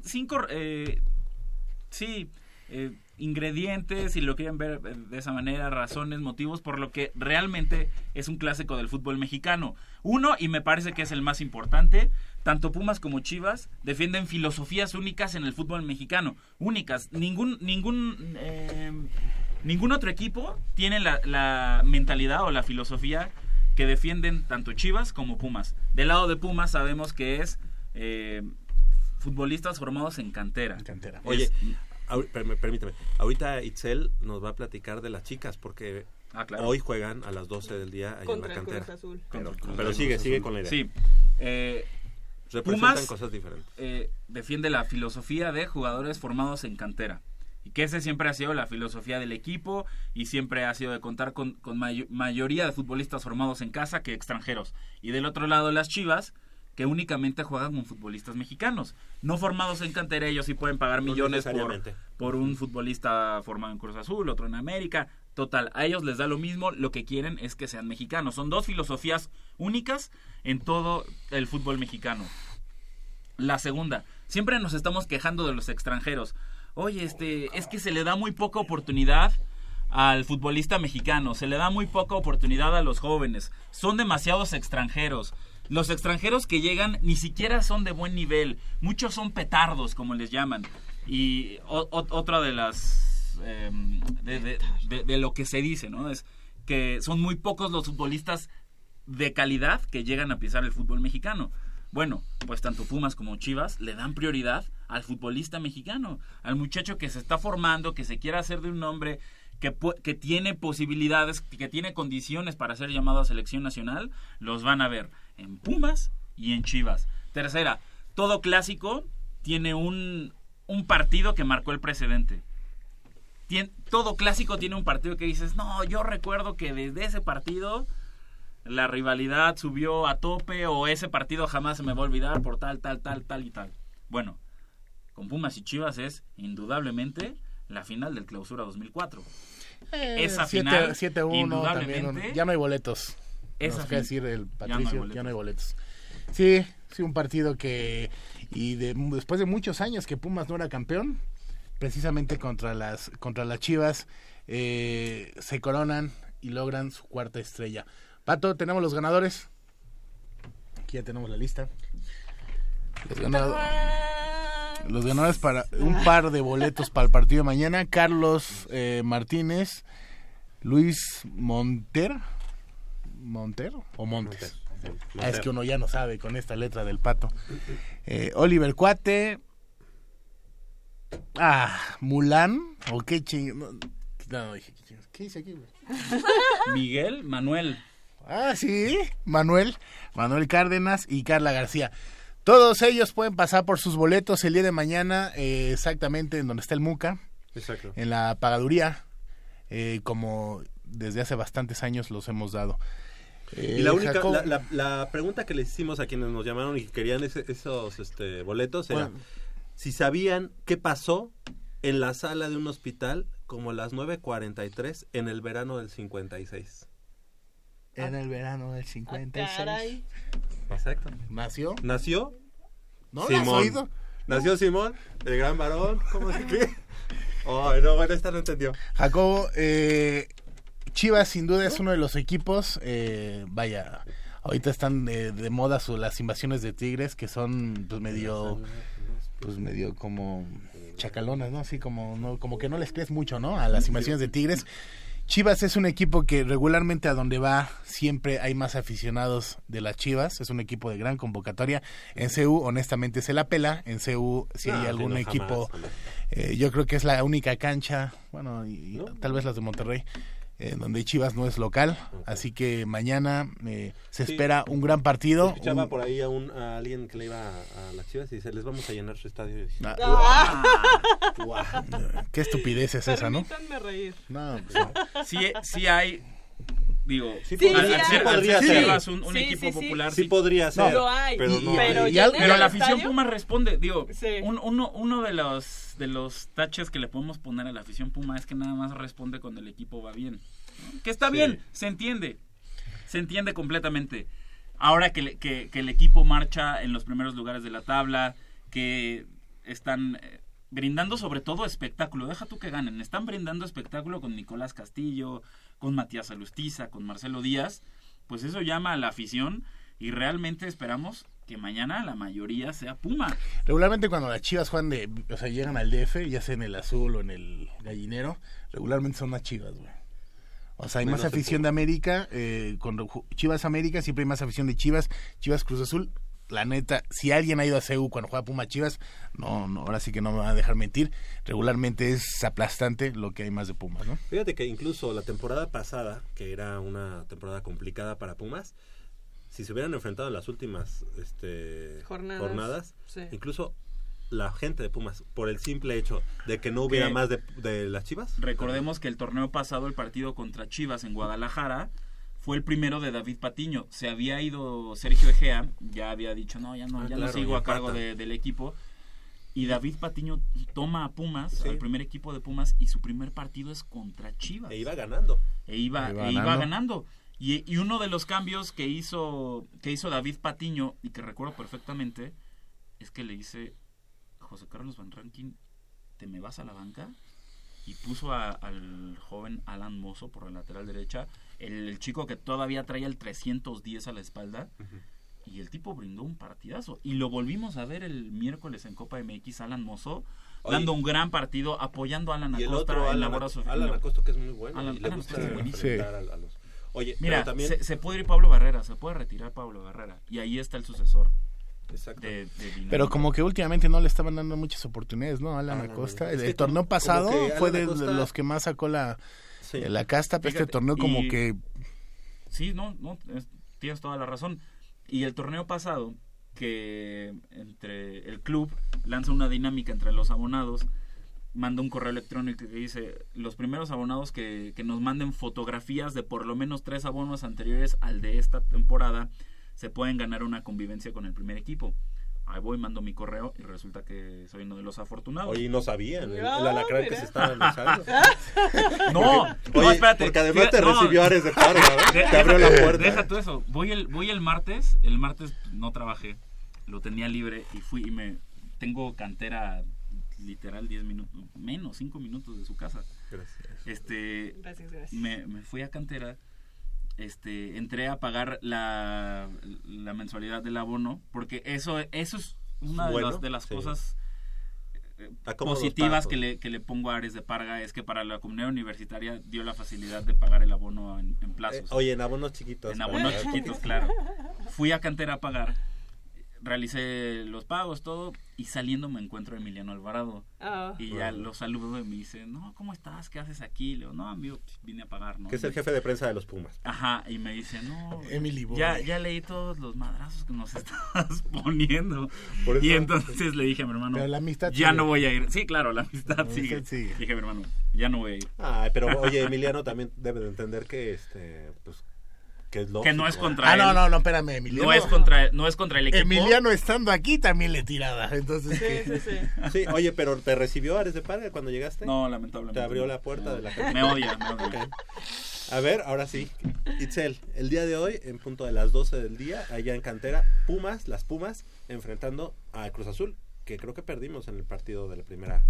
ingredientes, si lo quieren ver de esa manera, razones, motivos por lo que realmente es un clásico del fútbol mexicano. Uno, y me parece que es el más importante, tanto Pumas como Chivas defienden filosofías únicas en el fútbol mexicano. Únicas. Ningún otro equipo tiene la mentalidad o la filosofía que defienden tanto Chivas como Pumas. Del lado de Pumas sabemos que es futbolistas formados en cantera. Oye, permíteme, ahorita Itzel nos va a platicar de las chicas porque hoy juegan a las 12 del día allá contra en la cantera. el Cruz Azul. Pero sigue con la idea. Sí. Representan Pumas cosas diferentes. Defiende la filosofía de jugadores formados en cantera. Y que ese siempre ha sido la filosofía del equipo y siempre ha sido de contar con mayoría de futbolistas formados en casa que extranjeros. Y del otro lado las Chivas, que únicamente juegan con futbolistas mexicanos, no formados en cantera. Ellos sí pueden pagar millones por un futbolista formado en Cruz Azul, otro en América. Total, a ellos les da lo mismo, lo que quieren es que sean mexicanos. Son dos filosofías únicas en todo el fútbol mexicano. La segunda, siempre nos estamos quejando de los extranjeros. Oye, es que se le da muy poca oportunidad al futbolista mexicano, se le da muy poca oportunidad a los jóvenes. Son demasiados extranjeros. Los extranjeros que llegan ni siquiera son de buen nivel. Muchos son petardos, como les llaman. Y otra de las de lo que se dice, ¿no? Es que son muy pocos los futbolistas de calidad que llegan a pisar el fútbol mexicano. Bueno, pues tanto Pumas como Chivas le dan prioridad al futbolista mexicano, al muchacho que se está formando, que se quiere hacer de un nombre, que tiene posibilidades, que tiene condiciones para ser llamado a selección nacional. Los van a ver en Pumas y en Chivas. Tercera, todo clásico tiene un partido que marcó el precedente. Todo clásico tiene un partido que dices, no, yo recuerdo que desde ese partido la rivalidad subió a tope, o ese partido jamás se me va a olvidar por tal y tal. Bueno, con Pumas y Chivas es indudablemente la final del Clausura 2004. Esa final 7-1 indudablemente también, ya no hay boletos. Esa que decir el Patricio, ya no hay boletos. Sí, un partido que después de muchos años que Pumas no era campeón, precisamente contra las Chivas, se coronan y logran su cuarta estrella. Pato, tenemos los ganadores. Aquí ya tenemos la lista. Los ganadores para un par de boletos para el partido de mañana: Carlos Martínez, Luis Montero o Montes. Es que uno ya no sabe con esta letra del Pato. Oliver Cuate, Mulán, o qué ching... No, ¿qué dice aquí? Manuel. Sí, Manuel Cárdenas y Carla García. Todos ellos pueden pasar por sus boletos el día de mañana, exactamente en donde está el MUCA. Exacto. En la pagaduría, como desde hace bastantes años los hemos dado. Y la pregunta que les hicimos a quienes nos llamaron y querían esos boletos era si sabían qué pasó en la sala de un hospital como a las 9:43 en el verano del 56. En el verano del 56. Caray. Exacto. ¿Nació? ¿No Simón. lo has oído? Nació Simón, el gran varón. ¿Cómo se qué? No, bueno, esta no entendió. Jacobo, Chivas sin duda es uno de los equipos, ahorita están de moda las invasiones de Tigres, que son pues medio como chacalonas, ¿no? Así como que no les crees mucho, ¿no? A las invasiones de Tigres. Chivas es un equipo que regularmente a donde va siempre hay más aficionados de las Chivas. Es un equipo de gran convocatoria. En CU honestamente se la pela. En CU si hay algún equipo, yo creo que es la única cancha, bueno, y tal vez las de Monterrey, donde Chivas no es local, así que mañana se espera un gran partido. Escuchaba por ahí a alguien que le iba a las Chivas y dice, les vamos a llenar su estadio. Qué estupidez es esa, ¿no? Permítanme reír. No, sí hay, digo, sí podría ser un sí, equipo popular. Sí podría ser, lo hay, pero no. Pero la afición Puma responde, digo, sí. uno de los taches que le podemos poner a la afición Puma es que nada más responde cuando el equipo va bien, ¿no? Que está bien, se entiende completamente. Ahora que el equipo marcha en los primeros lugares de la tabla, que están brindando sobre todo espectáculo, deja tú que ganen, están brindando espectáculo con Nicolás Castillo, con Matías Alustiza, con Marcelo Díaz, pues eso llama a la afición y realmente esperamos que mañana la mayoría sea Puma. Regularmente cuando las Chivas juegan llegan al DF, ya sea en el Azul o en el Gallinero, regularmente son más Chivas, güey. O sea, hay más afición de América, con Chivas América siempre hay más afición de Chivas Cruz Azul. La neta, si alguien ha ido a CU cuando juega Puma Chivas, no, ahora sí que no me van a dejar mentir. Regularmente es aplastante lo que hay más de Pumas, ¿no? Fíjate que incluso la temporada pasada, que era una temporada complicada para Pumas, si se hubieran enfrentado en las últimas jornadas sí. Incluso la gente de Pumas, por el simple hecho de que no hubiera más de las Chivas. Recordemos que el torneo pasado, el partido contra Chivas en Guadalajara, fue el primero de David Patiño. Se había ido Sergio Egea, ya había dicho, no sigo a cargo del equipo. Y David Patiño toma a Pumas, al primer equipo de Pumas, y su primer partido es contra Chivas. E iba ganando. Iba ganando. Y uno de los cambios que hizo David Patiño, y que recuerdo perfectamente, es que le dice, José Carlos Van Rankin, ¿te me vas a la banca? Y puso al joven Alan Mozo por la lateral derecha, el chico que todavía traía el 310 a la espalda, y el tipo brindó un partidazo. Y lo volvimos a ver el miércoles en Copa MX, Alan Mozo, dando un gran partido, apoyando a Alan Acosta en labor ofensiva. Alan Acosta, que es muy bueno. Alan Acosta es buenísimo. Sí. Oye, mira, también... se puede ir Pablo Barrera, se puede retirar Pablo Barrera, y ahí está el sucesor. Exacto. Pero como que últimamente no le estaban dando muchas oportunidades, ¿no? Alan Acosta. El torneo pasado fue de los que más sacó la casta, pero este torneo como que... Sí, tienes toda la razón. Y el torneo pasado, que entre el club lanza una dinámica entre los abonados, manda un correo electrónico que dice, los primeros abonados que nos manden fotografías de por lo menos 3 abonos anteriores al de esta temporada, se pueden ganar una convivencia con el primer equipo. Ahí voy, mando mi correo y resulta que soy uno de los afortunados. Oye, no sabían el alacrán que se estaba anunciando. No, espérate. Porque además te recibió Ares de Parga, ¿no? Te abrió la puerta. Deja tú eso. Voy el martes no trabajé, lo tenía libre y fui y tengo cantera literal 10 minutos, menos 5 minutos de su casa. Gracias. Gracias. Me fui a cantera. Entré a pagar la mensualidad del abono, porque eso es una de las cosas positivas que le pongo a Ares de Parga, es que para la comunidad universitaria dio la facilidad de pagar el abono en plazos. Oye, en abonos chiquitos. En abonos chiquitos, claro. Fui a cantera a pagar, realicé los pagos, todo, y saliendo me encuentro a Emiliano Alvarado. Y ya lo saludo y me dice, no, ¿cómo estás? ¿Qué haces aquí? Le digo, no, amigo, pues, vine a pagar, ¿no? Que es el jefe de prensa de los Pumas. Ajá, y me dice, no, Emily ya leí todos los madrazos que nos estás poniendo. Y entonces le dije a mi hermano, pero la amistad ya no voy a ir. Sí, claro, la amistad sigue. Dije a mi hermano, ya no voy a ir. Pero oye, Emiliano también debe de entender que pues que es lógico. Que no es contra él. No, espérame, Emiliano. No es contra el equipo. Emiliano estando aquí también le tiraba, entonces... Sí, oye, pero ¿te recibió Ares de Parga cuando llegaste? No, lamentablemente. ¿Te abrió la puerta de la casa? Me odia. Okay. A ver, ahora sí. Itzel, el día de hoy, en punto de las 12 del día, allá en cantera, las Pumas, enfrentando a Cruz Azul, que creo que perdimos en el partido de la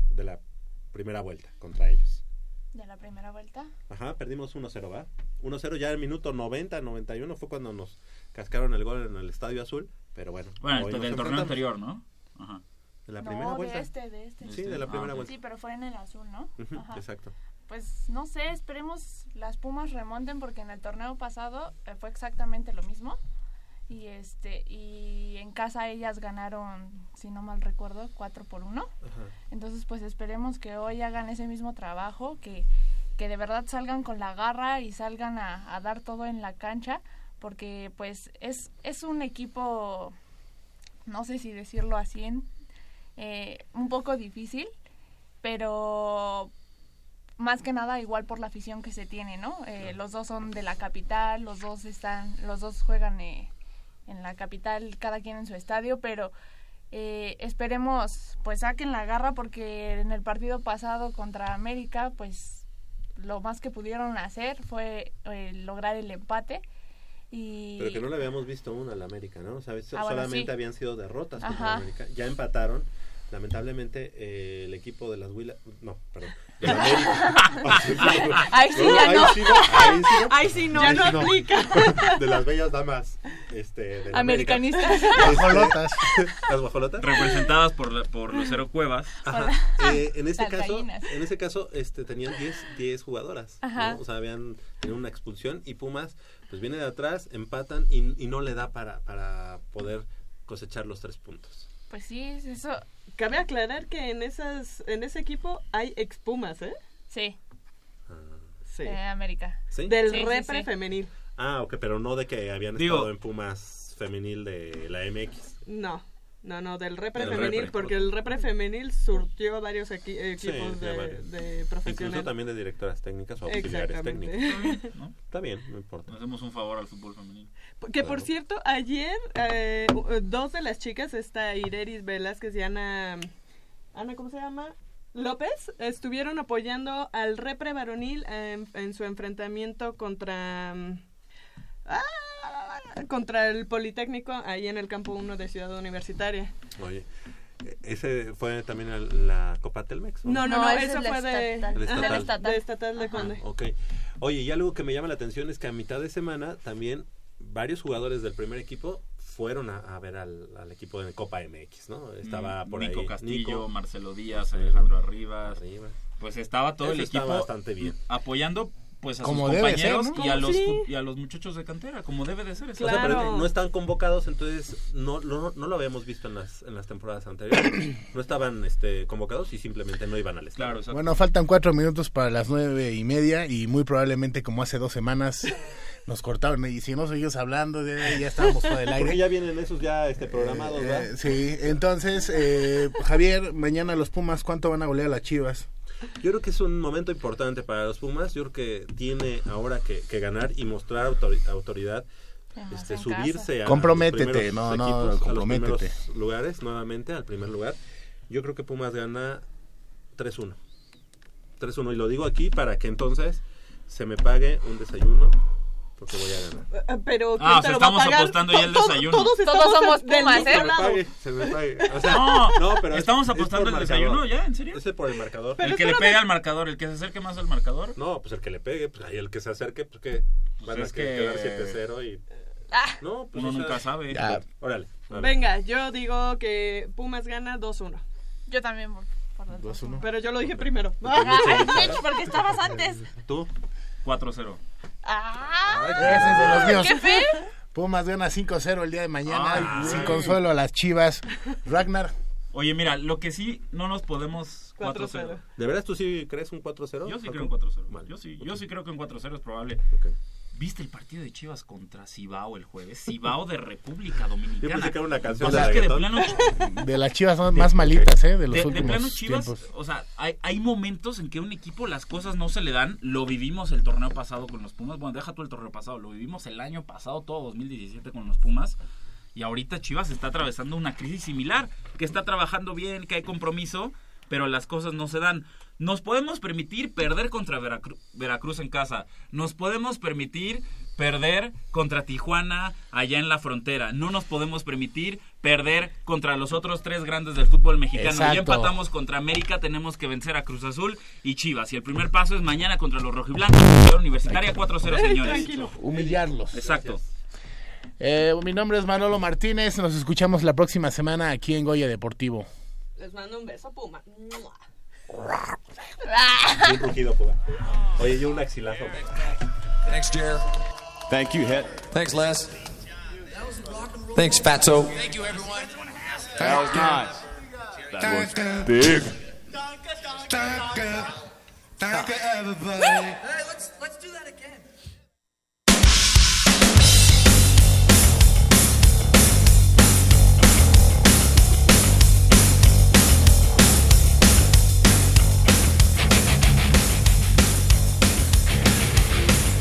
primera vuelta contra ellos. ¿De la primera vuelta? Ajá, perdimos 1-0, ¿va? 1-0 ya en el minuto 90, 91 fue cuando nos cascaron el gol en el Estadio Azul, pero bueno. Bueno, del torneo anterior, ¿no? Ajá. De la primera vuelta. de este. Sí, de la primera vuelta. Sí, pero fue en el Azul, ¿no? Ajá. Exacto. Pues no sé, esperemos las Pumas remonten porque en el torneo pasado fue exactamente lo mismo. Y en casa ellas ganaron, si no mal recuerdo, 4-1. Entonces pues esperemos que hoy hagan ese mismo trabajo, que que de verdad salgan con la garra y salgan a dar todo en la cancha, porque pues es un equipo, no sé si decirlo así, un poco difícil, pero más que nada igual por la afición que se tiene, ¿no? Los dos son de la capital, los dos juegan en la capital, cada quien en su estadio, pero esperemos pues saquen la garra, porque en el partido pasado contra América pues lo más que pudieron hacer fue lograr el empate. Pero que no le habíamos visto aún a la América, ¿no? ¿Sabes? Bueno, solamente sí. habían sido derrotas contra la América. Ya empataron. Lamentablemente, el equipo de las Huilas... No, perdón. De la América. Ahí sí ya no. Ahí sí no. Ya no aplica. De las bellas damas de la americanistas. Las guajolotas. Las guajolotas. Representadas por Lucero Cuevas. Ajá. En ese caso, tenían 10 jugadoras, ¿no? O sea, tenían una expulsión, y Pumas pues viene de atrás, empatan y no le da para poder cosechar los 3 puntos. Pues sí, eso. Cabe aclarar que en ese equipo hay ex-Pumas, ¿eh? Sí. Sí. América. ¿Sí? Del repre femenil. Ah, ok, pero no de que habían estado en Pumas femenil de la MX. No, del repre femenil, porque el repre femenil surtió varios equipos de profesionales. Incluso también de directoras técnicas o auxiliares técnicas. ¿No? Está bien, no importa. Nos hacemos un favor al fútbol femenil. Que por cierto, ayer 2 de las chicas, Ireris Velázquez y Ana, ¿cómo se llama? López, estuvieron apoyando al repre varonil en su enfrentamiento contra el Politécnico, ahí en el campo 1 de Ciudad Universitaria. Oye, ¿ese fue también la Copa Telmex? No, eso fue de estatal de Conde. Ok. Oye, y algo que me llama la atención es que a mitad de semana también varios jugadores del primer equipo fueron a ver al equipo de Copa MX, ¿no? Estaba por Nico ahí Castillo, Marcelo Díaz, Alejandro Arribas. Pues estaba todo el equipo bastante bien, apoyando pues a como sus compañeros ser, ¿no? y a los muchachos de cantera, como debe de ser. Claro. O sea, pero no están convocados, entonces no lo habíamos visto en las temporadas anteriores. No estaban convocados y simplemente no iban al estadio. Claro, bueno, faltan 4 minutos para las 9:30 y muy probablemente, como hace 2 semanas, nos cortaron, y si no seguimos hablando, ya estábamos fuera del aire. Porque ya vienen esos ya programados, ¿verdad? Sí, entonces, Javier, mañana los Pumas, ¿cuánto van a golear a las Chivas? Yo creo que es un momento importante para los Pumas. Yo creo que tiene ahora que ganar y mostrar autoridad, subirse a comprométete, comprométete. A los primeros lugares, nuevamente al primer lugar. Yo creo que Pumas gana 3-1. 3-1, y lo digo aquí para que entonces se me pague un desayuno, porque voy a ganar. Pero o sea, estamos apostando ya el desayuno. Todos somos Pumas, Se me pague. O sea, no, pero estamos apostando el desayuno, ¿ya? ¿En serio? Ese por el marcador. El que le pegue al marcador, el que se acerque más al marcador. No, pues el que le pegue, pues ahí el que se acerque, pues que van a quedar 7-0 y... No, pues uno nunca sabe. Ya. Órale. Venga, yo digo que Pumas gana 2-1. Yo también por 2-1. Pero yo lo dije primero. Porque estabas antes. ¿Tú? 4-0. Ese es de los míos. ¿Qué fe? Pumas gana 5-0 el día de mañana, sin consuelo a las Chivas. Ragnar. Oye, mira, lo que sí no nos podemos 4-0. ¿De veras tú sí crees un 4-0? Yo sí creo un 4-0. Vale. Yo sí creo que un 4-0 es probable. Okay. ¿Viste el partido de Chivas contra Cibao el jueves? Cibao de República Dominicana. Yo pensé que era una canción de plano, de las Chivas son más malitas, de los últimos de plano Chivas, tiempos. O sea, hay momentos en que a un equipo las cosas no se le dan. Lo vivimos el torneo pasado con los Pumas. Bueno, deja tú el torneo pasado. Lo vivimos el año pasado, todo 2017 con los Pumas. Y ahorita Chivas está atravesando una crisis similar. Que está trabajando bien, que hay compromiso, pero las cosas no se dan. Nos podemos permitir perder contra Veracruz en casa. Nos podemos permitir perder contra Tijuana allá en la frontera. No nos podemos permitir perder contra los otros 3 grandes del fútbol mexicano. Exacto. Ya empatamos contra América, tenemos que vencer a Cruz Azul y Chivas. Y el primer paso es mañana contra los rojiblancos. Universitaria 4-0, señores. Tranquilo. Humillarlos. Exacto. Mi nombre es Manolo Martínez. Nos escuchamos la próxima semana aquí en Goya Deportivo. Les mando un beso, Puma. Bien rugido, Puma. Oye, yo un axilazo. Thanks, Jer. Thank you, Het. Thanks, Les. Thanks, Fatso. Thank you, everyone. That was nice. That was big. Everybody.